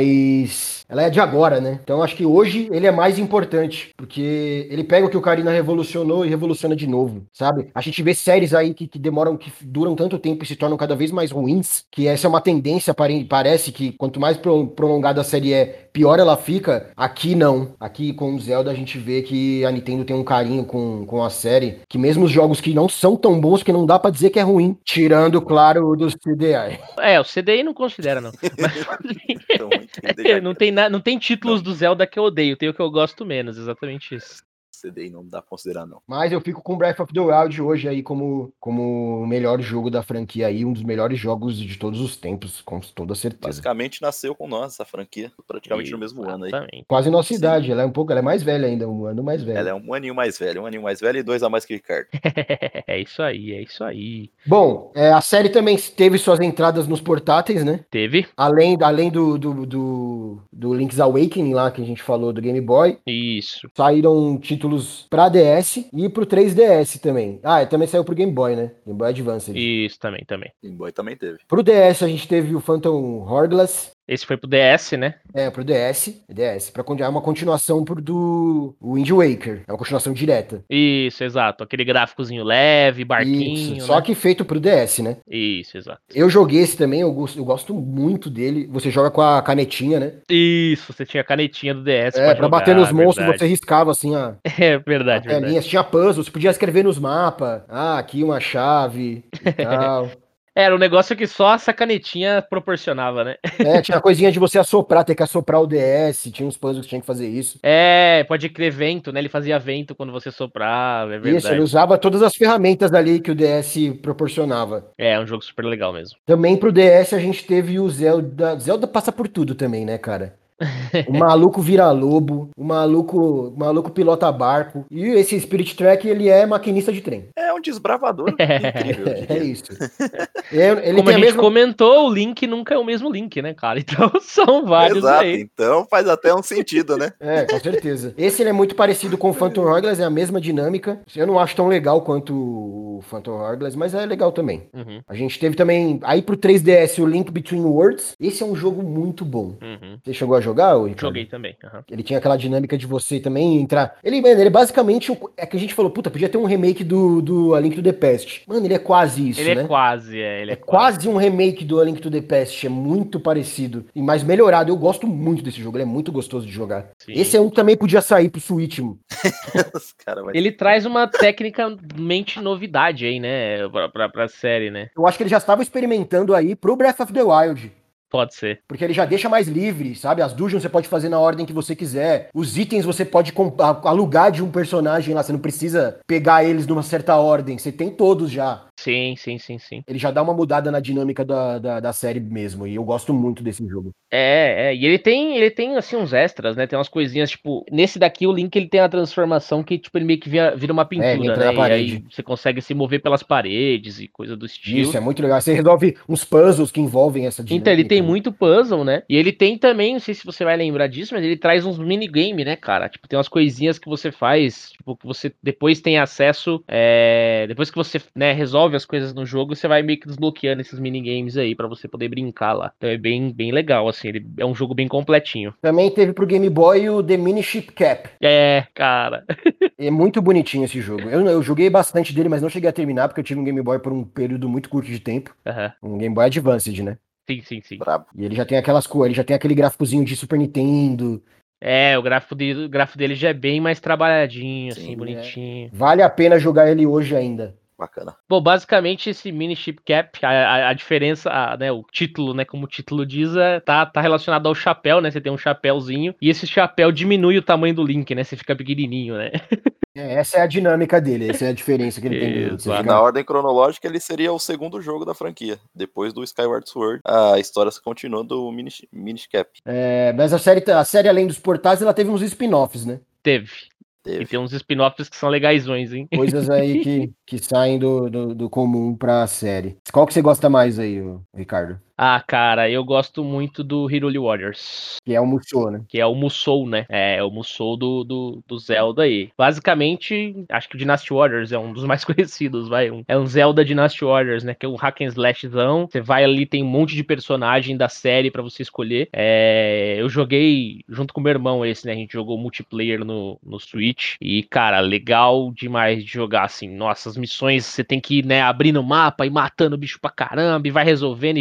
mas ela é de agora, né? Então acho que hoje ele é mais importante, porque ele pega o que o Ocarina revolucionou e revoluciona de novo, sabe? A gente vê séries aí que, que demoram, que duram tanto tempo e se tornam cada vez mais ruins, que essa é uma tendência, pare- parece que quanto mais pro- prolongada a série é, pior ela fica. Aqui não. Aqui com o Zelda a gente vê que a Nintendo tem um carinho com, com a série, que mesmo os jogos que não são tão bons, que não dá pra dizer que é ruim, tirando, claro, o do C D I. É, o C D I não considera, não. Mas, Então, deixa não, tem na- não tem títulos do Zelda que eu odeio, tem o que eu gosto menos, exatamente isso. C D I não dá pra considerar, não. Mas eu fico com Breath of the Wild hoje aí como, como o melhor jogo da franquia aí, um dos melhores jogos de todos os tempos, com toda certeza. Basicamente nasceu com nós, essa franquia, praticamente no mesmo ano aí. Quase nossa idade, ela é um pouco, ela é mais velha ainda, um ano mais velho. Ela é um aninho mais velho, um aninho mais velho e dois a mais que o Ricardo. É isso aí, é isso aí. Bom, é, a série também teve suas entradas nos portáteis, né? Teve. Além, além do, do, do, do Link's Awakening lá, que a gente falou, do Game Boy. Isso. Saíram títulos pra D S e pro três D S também. Ah, e também saiu pro Game Boy, né? Game Boy Advance. Isso, também, também. Game Boy também teve. Pro D S a gente teve o Phantom Hourglass. Esse foi pro D S, né? É, pro D S. D S. Pra, é uma continuação pro do Wind Waker. É uma continuação direta. Isso, exato. Aquele gráficozinho leve, barquinho, Isso, só né? que feito pro D S, né? Isso, exato. Eu joguei esse também, eu gosto, eu gosto muito dele. Você joga com a canetinha, né? Isso, você tinha a canetinha do D S É, pra, pra jogar, bater nos monstros, verdade. você riscava assim a, É a verdade, telinha. verdade. Você tinha puzzle, você podia escrever nos mapas. Ah, aqui uma chave e tal. Era um negócio que só essa canetinha proporcionava, né? É, tinha a coisinha de você assoprar, ter que assoprar o D S, tinha uns puzzles que tinha que fazer isso. É, pode crer vento, né? Ele fazia vento quando você soprava, é verdade. Isso, ele usava todas as ferramentas ali que o D S proporcionava. É, é um jogo super legal mesmo. Também pro D S a gente teve o Zelda. Zelda passa por tudo também, né, cara? O maluco vira lobo, o maluco, o maluco pilota barco. E esse Spirit Track, ele é maquinista de trem. É um desbravador incrível, eu diria. É isso. É, ele Como tem a a gente mesma... comentou, o Link nunca é o mesmo Link, né, cara? Então são vários Exato, aí. então faz até um sentido, né? É, com certeza. Esse ele é muito parecido com o Phantom Hourglass, é a mesma dinâmica. Eu não acho tão legal quanto o Phantom Hourglass, mas é legal também. Uhum, A gente teve também, aí pro três D S, o Link Between Worlds. Esse é um jogo muito bom. uhum. Você chegou a jogar, ô, Ricardo? Joguei também. Uhum. Ele tinha aquela dinâmica de você também entrar. Ele, mano, ele é basicamente. um- É que a gente falou, puta, podia ter um remake do, do A Link to the Past. Mano, ele é quase isso, Ele né? é quase, é, ele é, É quase um remake do A Link to the Past. É muito parecido. E mais melhorado. Eu gosto muito desse jogo. Ele é muito gostoso de jogar. Sim. Esse é um que também podia sair pro Switch. mano. Os cara vai... Ele traz uma tecnicamente novidade aí, né, pra, pra, pra série, né? Eu acho que ele já estava experimentando aí pro Breath of the Wild. Pode ser. Porque ele já deixa mais livre, sabe? As dungeons você pode fazer na ordem que você quiser. Os itens você pode comp- a- alugar de um personagem lá. Você não precisa pegar eles numa certa ordem. Você tem todos já. Sim, sim, sim, sim. Ele já dá uma mudada na dinâmica da, da, da série mesmo. E eu gosto muito desse jogo. É, é, e ele tem, ele tem, assim, uns extras, né, tem umas coisinhas, tipo, nesse daqui o Link, ele tem a transformação que, tipo, ele meio que vira, vira uma É, ele pintura, entra né, na e aí parede. você consegue se mover pelas paredes e coisa do estilo. Isso, é muito legal. Você resolve uns puzzles que envolvem essa dinâmica. Então, ele tem muito puzzle, né? E ele tem também, não sei se você vai lembrar disso, mas ele traz uns minigame, né, cara? Tipo, tem umas coisinhas que você faz, tipo, que você depois tem acesso, é... depois que você, né, resolve as coisas no jogo, você vai meio que desbloqueando esses minigames aí pra você poder brincar lá. Então é bem, bem legal, assim, ele é um jogo bem completinho. Também teve pro Game Boy o The Mini Ship Cap. É, cara. É muito bonitinho esse jogo. Eu, eu joguei bastante dele, mas não cheguei a terminar, porque eu tive um Game Boy por um período muito curto de tempo. Aham. Um Game Boy Advanced, né? Sim, sim, sim. Brabo. E ele já tem aquelas cores, ele já tem aquele gráficozinho de Super Nintendo. É, o gráfico, de, o gráfico dele já é bem mais trabalhadinho, Sim, assim, é. bonitinho. Vale a pena jogar ele hoje ainda. Bacana. Bom, basicamente esse mini chip cap, a, a, a diferença, a, né, o título, né, como o título diz, é, tá, tá relacionado ao chapéu, né, você tem um chapéuzinho, e esse chapéu diminui o tamanho do Link, né, você fica pequenininho, né. É, essa é a dinâmica dele, essa é a diferença que ele tem. do- Você Exato. fica- Na ordem cronológica, ele seria o segundo jogo da franquia. Depois do Skyward Sword, a história se continua do Mini, Mini Cap. É, mas a série, a série, além dos portais, ela teve uns spin-offs, né? Teve. Teve. E tem uns spin-offs que são legaisões, hein. Coisas aí que, que saem do, do, do comum pra série. Qual que você gosta mais aí, ô, Ricardo? Ah, cara, eu gosto muito do Hyrule Warriors. Que é o Musou, né? Que é o Musou, né? É, o Musou do, do, do Zelda aí. Basicamente, acho que o Dynasty Warriors é um dos mais conhecidos, vai. Um, é um Zelda Dynasty Warriors, né? Que é um hack and slashzão. Você vai ali, tem um monte de personagem da série pra você escolher. É, eu joguei junto com meu irmão esse, né? A gente jogou multiplayer no, no Switch. E, cara, legal demais de jogar, assim. Nossa, as missões você tem que ir, né, abrindo o mapa e matando o bicho pra caramba. E vai resolvendo e vai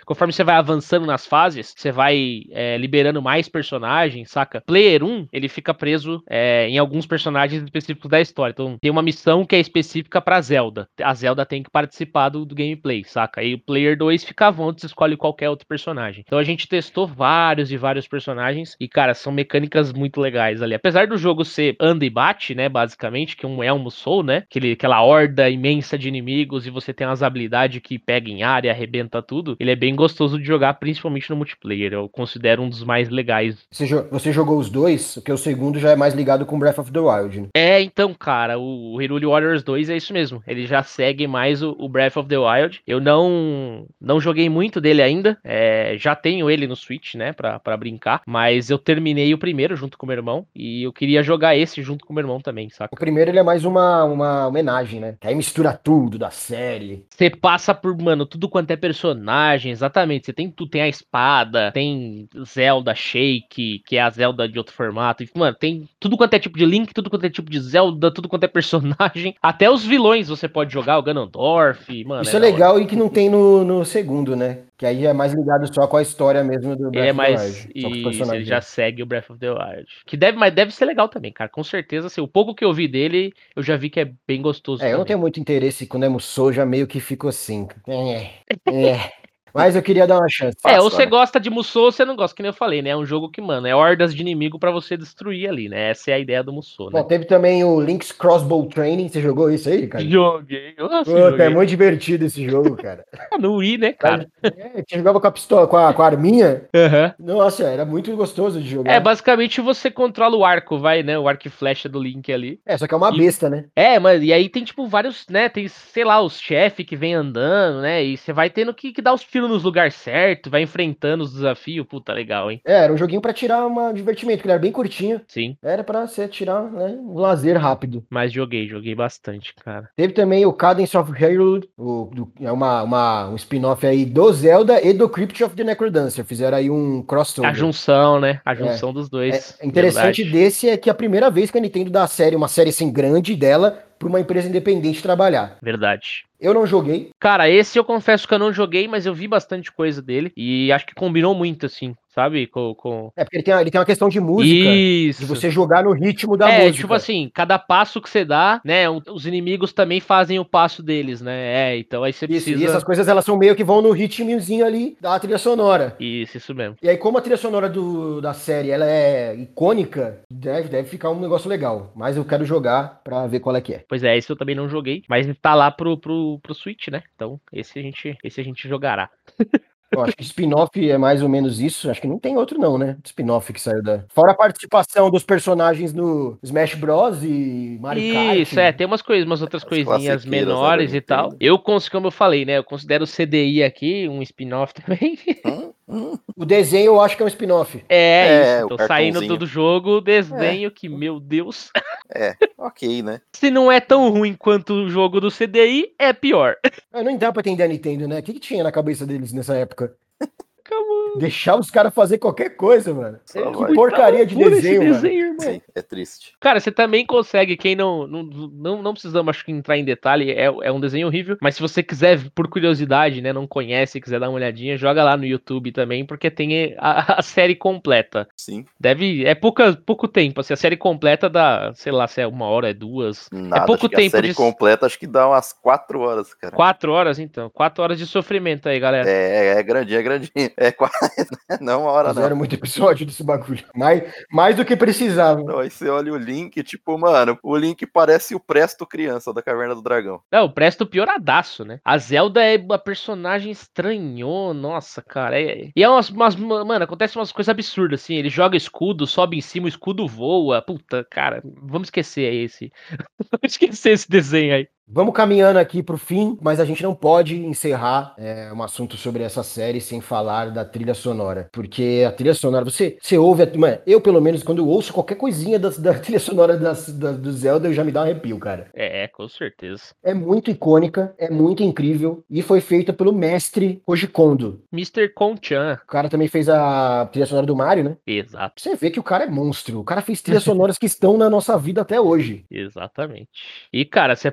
conforme você vai avançando nas fases, você vai é, liberando mais personagens, saca? Player um, ele fica preso é, em alguns personagens específicos da história. Então, tem uma missão que é específica pra Zelda. A Zelda tem que participar do, do gameplay, saca? Aí o Player dois fica à vontade, você escolhe qualquer outro personagem. Então, a gente testou vários e vários personagens e, cara, são mecânicas muito legais ali. Apesar do jogo ser anda e bate, né, basicamente, que um é um Musou, né? Aquele, aquela horda imensa de inimigos e você tem umas habilidades que pega em área, arrebenta tudo. Ele é bem gostoso de jogar, principalmente no multiplayer. Eu considero um dos mais legais. Você, jo- você jogou os dois? Porque o segundo já é mais ligado com Breath of the Wild, né? É, então, cara, o Hyrule Warriors dois é isso mesmo. Ele já segue mais o, o Breath of the Wild. Eu não não joguei muito dele ainda. É, já tenho ele no Switch, né, pra, pra brincar. Mas eu terminei o primeiro junto com o meu irmão. E eu queria jogar esse junto com o meu irmão também, O saca? primeiro ele é mais uma, uma homenagem, né? Que aí mistura tudo da série. Você passa por, mano, tudo quanto é personagem, exatamente. Você tem tudo, tem a espada, tem Zelda Shake, que é a Zelda de outro formato. E, mano, tem tudo quanto é tipo de Link, tudo quanto é tipo de Zelda, tudo quanto é personagem. Até os vilões você pode jogar, o Ganondorf, mano, Isso é é da hora. legal e que não tem no, no segundo, né? Que aí é mais ligado só com a história mesmo do Ele Breath é of the mais. Wild. Só com os Isso, ele já personagens. segue o Breath of the Wild. Que deve, mas deve ser legal também, cara. Com certeza, assim, o pouco que eu vi dele, eu já vi que é bem gostoso É, eu não também. tenho muito interesse quando é Musou, já meio que fico assim. É, é. Mas eu queria dar uma chance. É, ou Passa, você né? gosta de Musou ou você não gosta, que nem eu falei, né? É um jogo que, mano, é hordas de inimigo pra você destruir ali, né? Essa é a ideia do Musou, Bom, né? teve também o Link's Crossbow Training. Você jogou isso aí, cara? Joguei, nossa, Puta, é joguei. muito divertido esse jogo, cara. Ah, no Wii, né, Mas, cara? é, você jogava com a pistola, com a, com a arminha. Aham. Nossa, era muito gostoso de É, jogar. basicamente você controla o arco, vai, né? O arco e flecha do Link ali. É, só que é uma E besta, né? é, mas e aí tem, tipo, vários, né? Tem, sei lá, os chefes que vem andando, né? E você vai tendo que, que dar os tiros nos lugares certos, vai enfrentando os desafios. Puta, legal, hein? É, era um joguinho pra tirar um divertimento, porque ele era bem curtinho. Sim, Era pra você tirar, né, um lazer rápido. mas joguei, joguei bastante, cara. Teve também o Cadence of Hyrule, o, do- é uma, uma- um spin-off aí do Zelda e do Crypt of the Necrodancer. Fizeram aí um A crossover. junção, né? A É. junção dos É dois. interessante Verdade. desse é que é a primeira vez que a Nintendo dá a série, uma série assim grande dela, pra uma empresa independente trabalhar. Verdade. Eu não joguei. Cara, esse eu confesso que eu não joguei, mas eu vi bastante coisa dele. E acho que combinou muito, assim, sabe? Com, com... É porque ele tem, uma- ele tem uma questão de música, de Isso. você jogar no ritmo da É, tipo música. assim, cada passo que você dá, né? o- Os inimigos também fazem o passo deles, né? É, então aí você Isso, e precisa. essas coisas elas são meio que vão no ritmozinho ali da trilha sonora. Isso, isso mesmo. E aí, como a trilha sonora do, da série ela é icônica, deve, deve ficar um negócio legal. Mas eu quero jogar pra ver qual é que é. Pois é, esse eu também não joguei, mas tá lá pro, pro, pro Switch, né? Então, esse a gente, esse a gente jogará. Eu acho que spin-off é mais ou menos isso. Acho que não tem outro, não, né? Spin-off que saiu da. Fora a participação dos personagens no Smash Bros. E Mario Kart. Isso, é, tem umas coisas, umas outras As coisinhas classiqueiras, né, da menores e tal. Nintendo. Eu, cons- como eu falei, né? Eu considero o C D I aqui um spin-off também. Hum, hum. O desenho eu acho que é um spin-off. É, É, isso. o Tô saindo do, cartãozinho. do jogo, É, desenho que, meu Deus. é, ok, né? Se não é tão ruim quanto o jogo do C D I, é pior. Ah, não dá pra entender a Nintendo, né? O que, que tinha na cabeça deles nessa época? Calma. Deixar os caras fazer qualquer coisa, mano. Só Que vai. porcaria de Loucura esse desenho, mano. desenho, irmão. Sim, é triste. Cara, você também consegue, quem não. Não, não, não precisamos, acho que, entrar em detalhe, é, é um desenho horrível. Mas se você quiser, por curiosidade, né, não conhece, quiser dar uma olhadinha, joga lá no YouTube também, porque tem a, a série completa. Sim, Deve. É pouca, pouco tempo, assim, a série completa dá, sei lá, se é uma hora, é duas. nada. É pouco Acho que a tempo série de. completa acho que dá umas quatro horas, cara. Quatro horas, então. Quatro horas de sofrimento aí, galera. É, é grandinho, é grandinho. É quase, não uma hora Fizeram não. muito episódio desse bagulho. Mais, mais do que precisava. Não, aí você olha o Link, tipo, mano, o Link parece o Presto criança da Caverna do Dragão. Não, o Presto pioradaço, né? A Zelda é uma personagem estranhou, nossa, cara. É... E é umas, umas. Mano, acontece umas coisas absurdas, assim. Ele joga escudo, sobe em cima, o escudo voa. Puta, cara, vamos esquecer aí esse. Vamos esquecer esse desenho aí. Vamos caminhando aqui pro fim, mas a gente não pode encerrar é, um assunto sobre essa série sem falar da trilha sonora. Porque a trilha sonora, você, você ouve, a, mano, eu pelo menos, quando eu ouço qualquer coisinha da, da trilha sonora das, da, do Zelda, eu já me dá um arrepio, cara. É, com certeza. É muito icônica, é muito incrível e foi feita pelo mestre Koji Kondo. mister Konchan. O cara também fez a trilha sonora do Mario, né? Exato, Você vê que o cara é monstro. O cara fez trilhas sonoras que estão na nossa vida até hoje. exatamente. E, cara, cê, assim,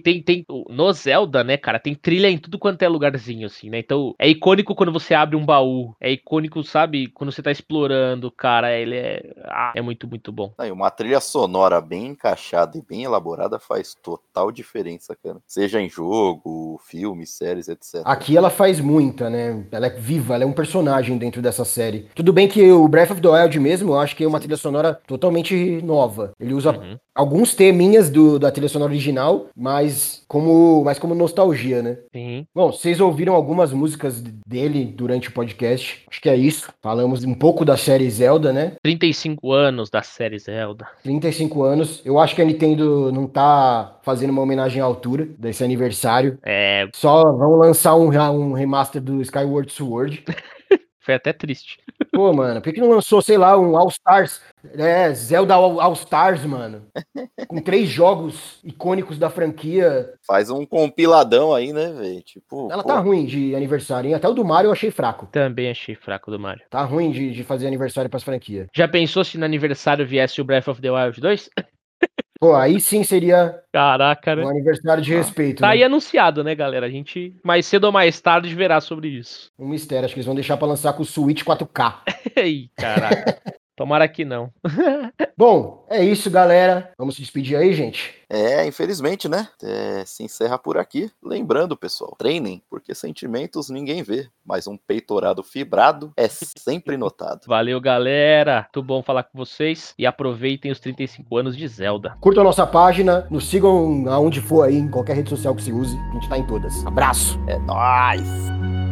tem, tem. No Zelda, né, cara, tem trilha em tudo quanto é lugarzinho, assim, né? Então, é icônico quando você abre um baú. É icônico, sabe, quando você tá explorando, cara. Ele é. Ah, é muito, muito bom. Aí, uma trilha sonora bem encaixada e bem elaborada faz total diferença, cara. Seja em jogo, filme, séries, etcétera. Aqui ela faz muita, né? Ela é viva, ela é um personagem dentro dessa série. Tudo bem que o Breath of the Wild mesmo, eu acho que é uma trilha sonora totalmente nova. Ele usa Uhum. alguns teminhas do, da trilha sonora original, mas como, mas como nostalgia, né? Sim. Bom, vocês ouviram algumas músicas dele durante o podcast. Acho que é isso. Falamos um pouco da série Zelda, né? trinta e cinco anos da série Zelda. trinta e cinco anos. Eu acho que a Nintendo não tá fazendo uma homenagem à altura desse aniversário. É. Só vão lançar um, um remaster do Skyward Sword. Foi até triste. Pô, mano, por que não lançou, sei lá, um All Stars? É, Zelda All, All Stars, mano. Com três jogos icônicos da franquia. Faz um compiladão aí, né, velho? Tipo, Ela pô, tá ruim de aniversário, hein? Até o do Mario eu achei fraco. Também achei fraco do Mario. Tá ruim de, de fazer aniversário pras franquias. Já pensou se no aniversário viesse o Breath of the Wild dois? Pô, aí sim seria Caraca, um né? aniversário de Ah, respeito, Tá né? aí anunciado, né, galera? A gente mais cedo ou mais tarde verá sobre isso. Um mistério, acho que eles vão deixar pra lançar com o Switch quatro K. Ih, caraca. Tomara que não. Bom, é isso, galera. Vamos se despedir aí, gente. é, infelizmente, né? É, se encerra por aqui. Lembrando, pessoal, treinem, porque sentimentos ninguém vê, mas um peitorado fibrado é sempre notado. Valeu, galera. Muito bom falar com vocês. E aproveitem os trinta e cinco anos de Zelda. Curtam a nossa página, nos sigam aonde for aí, em qualquer rede social que se use. A gente tá em todas. Abraço! É nóis!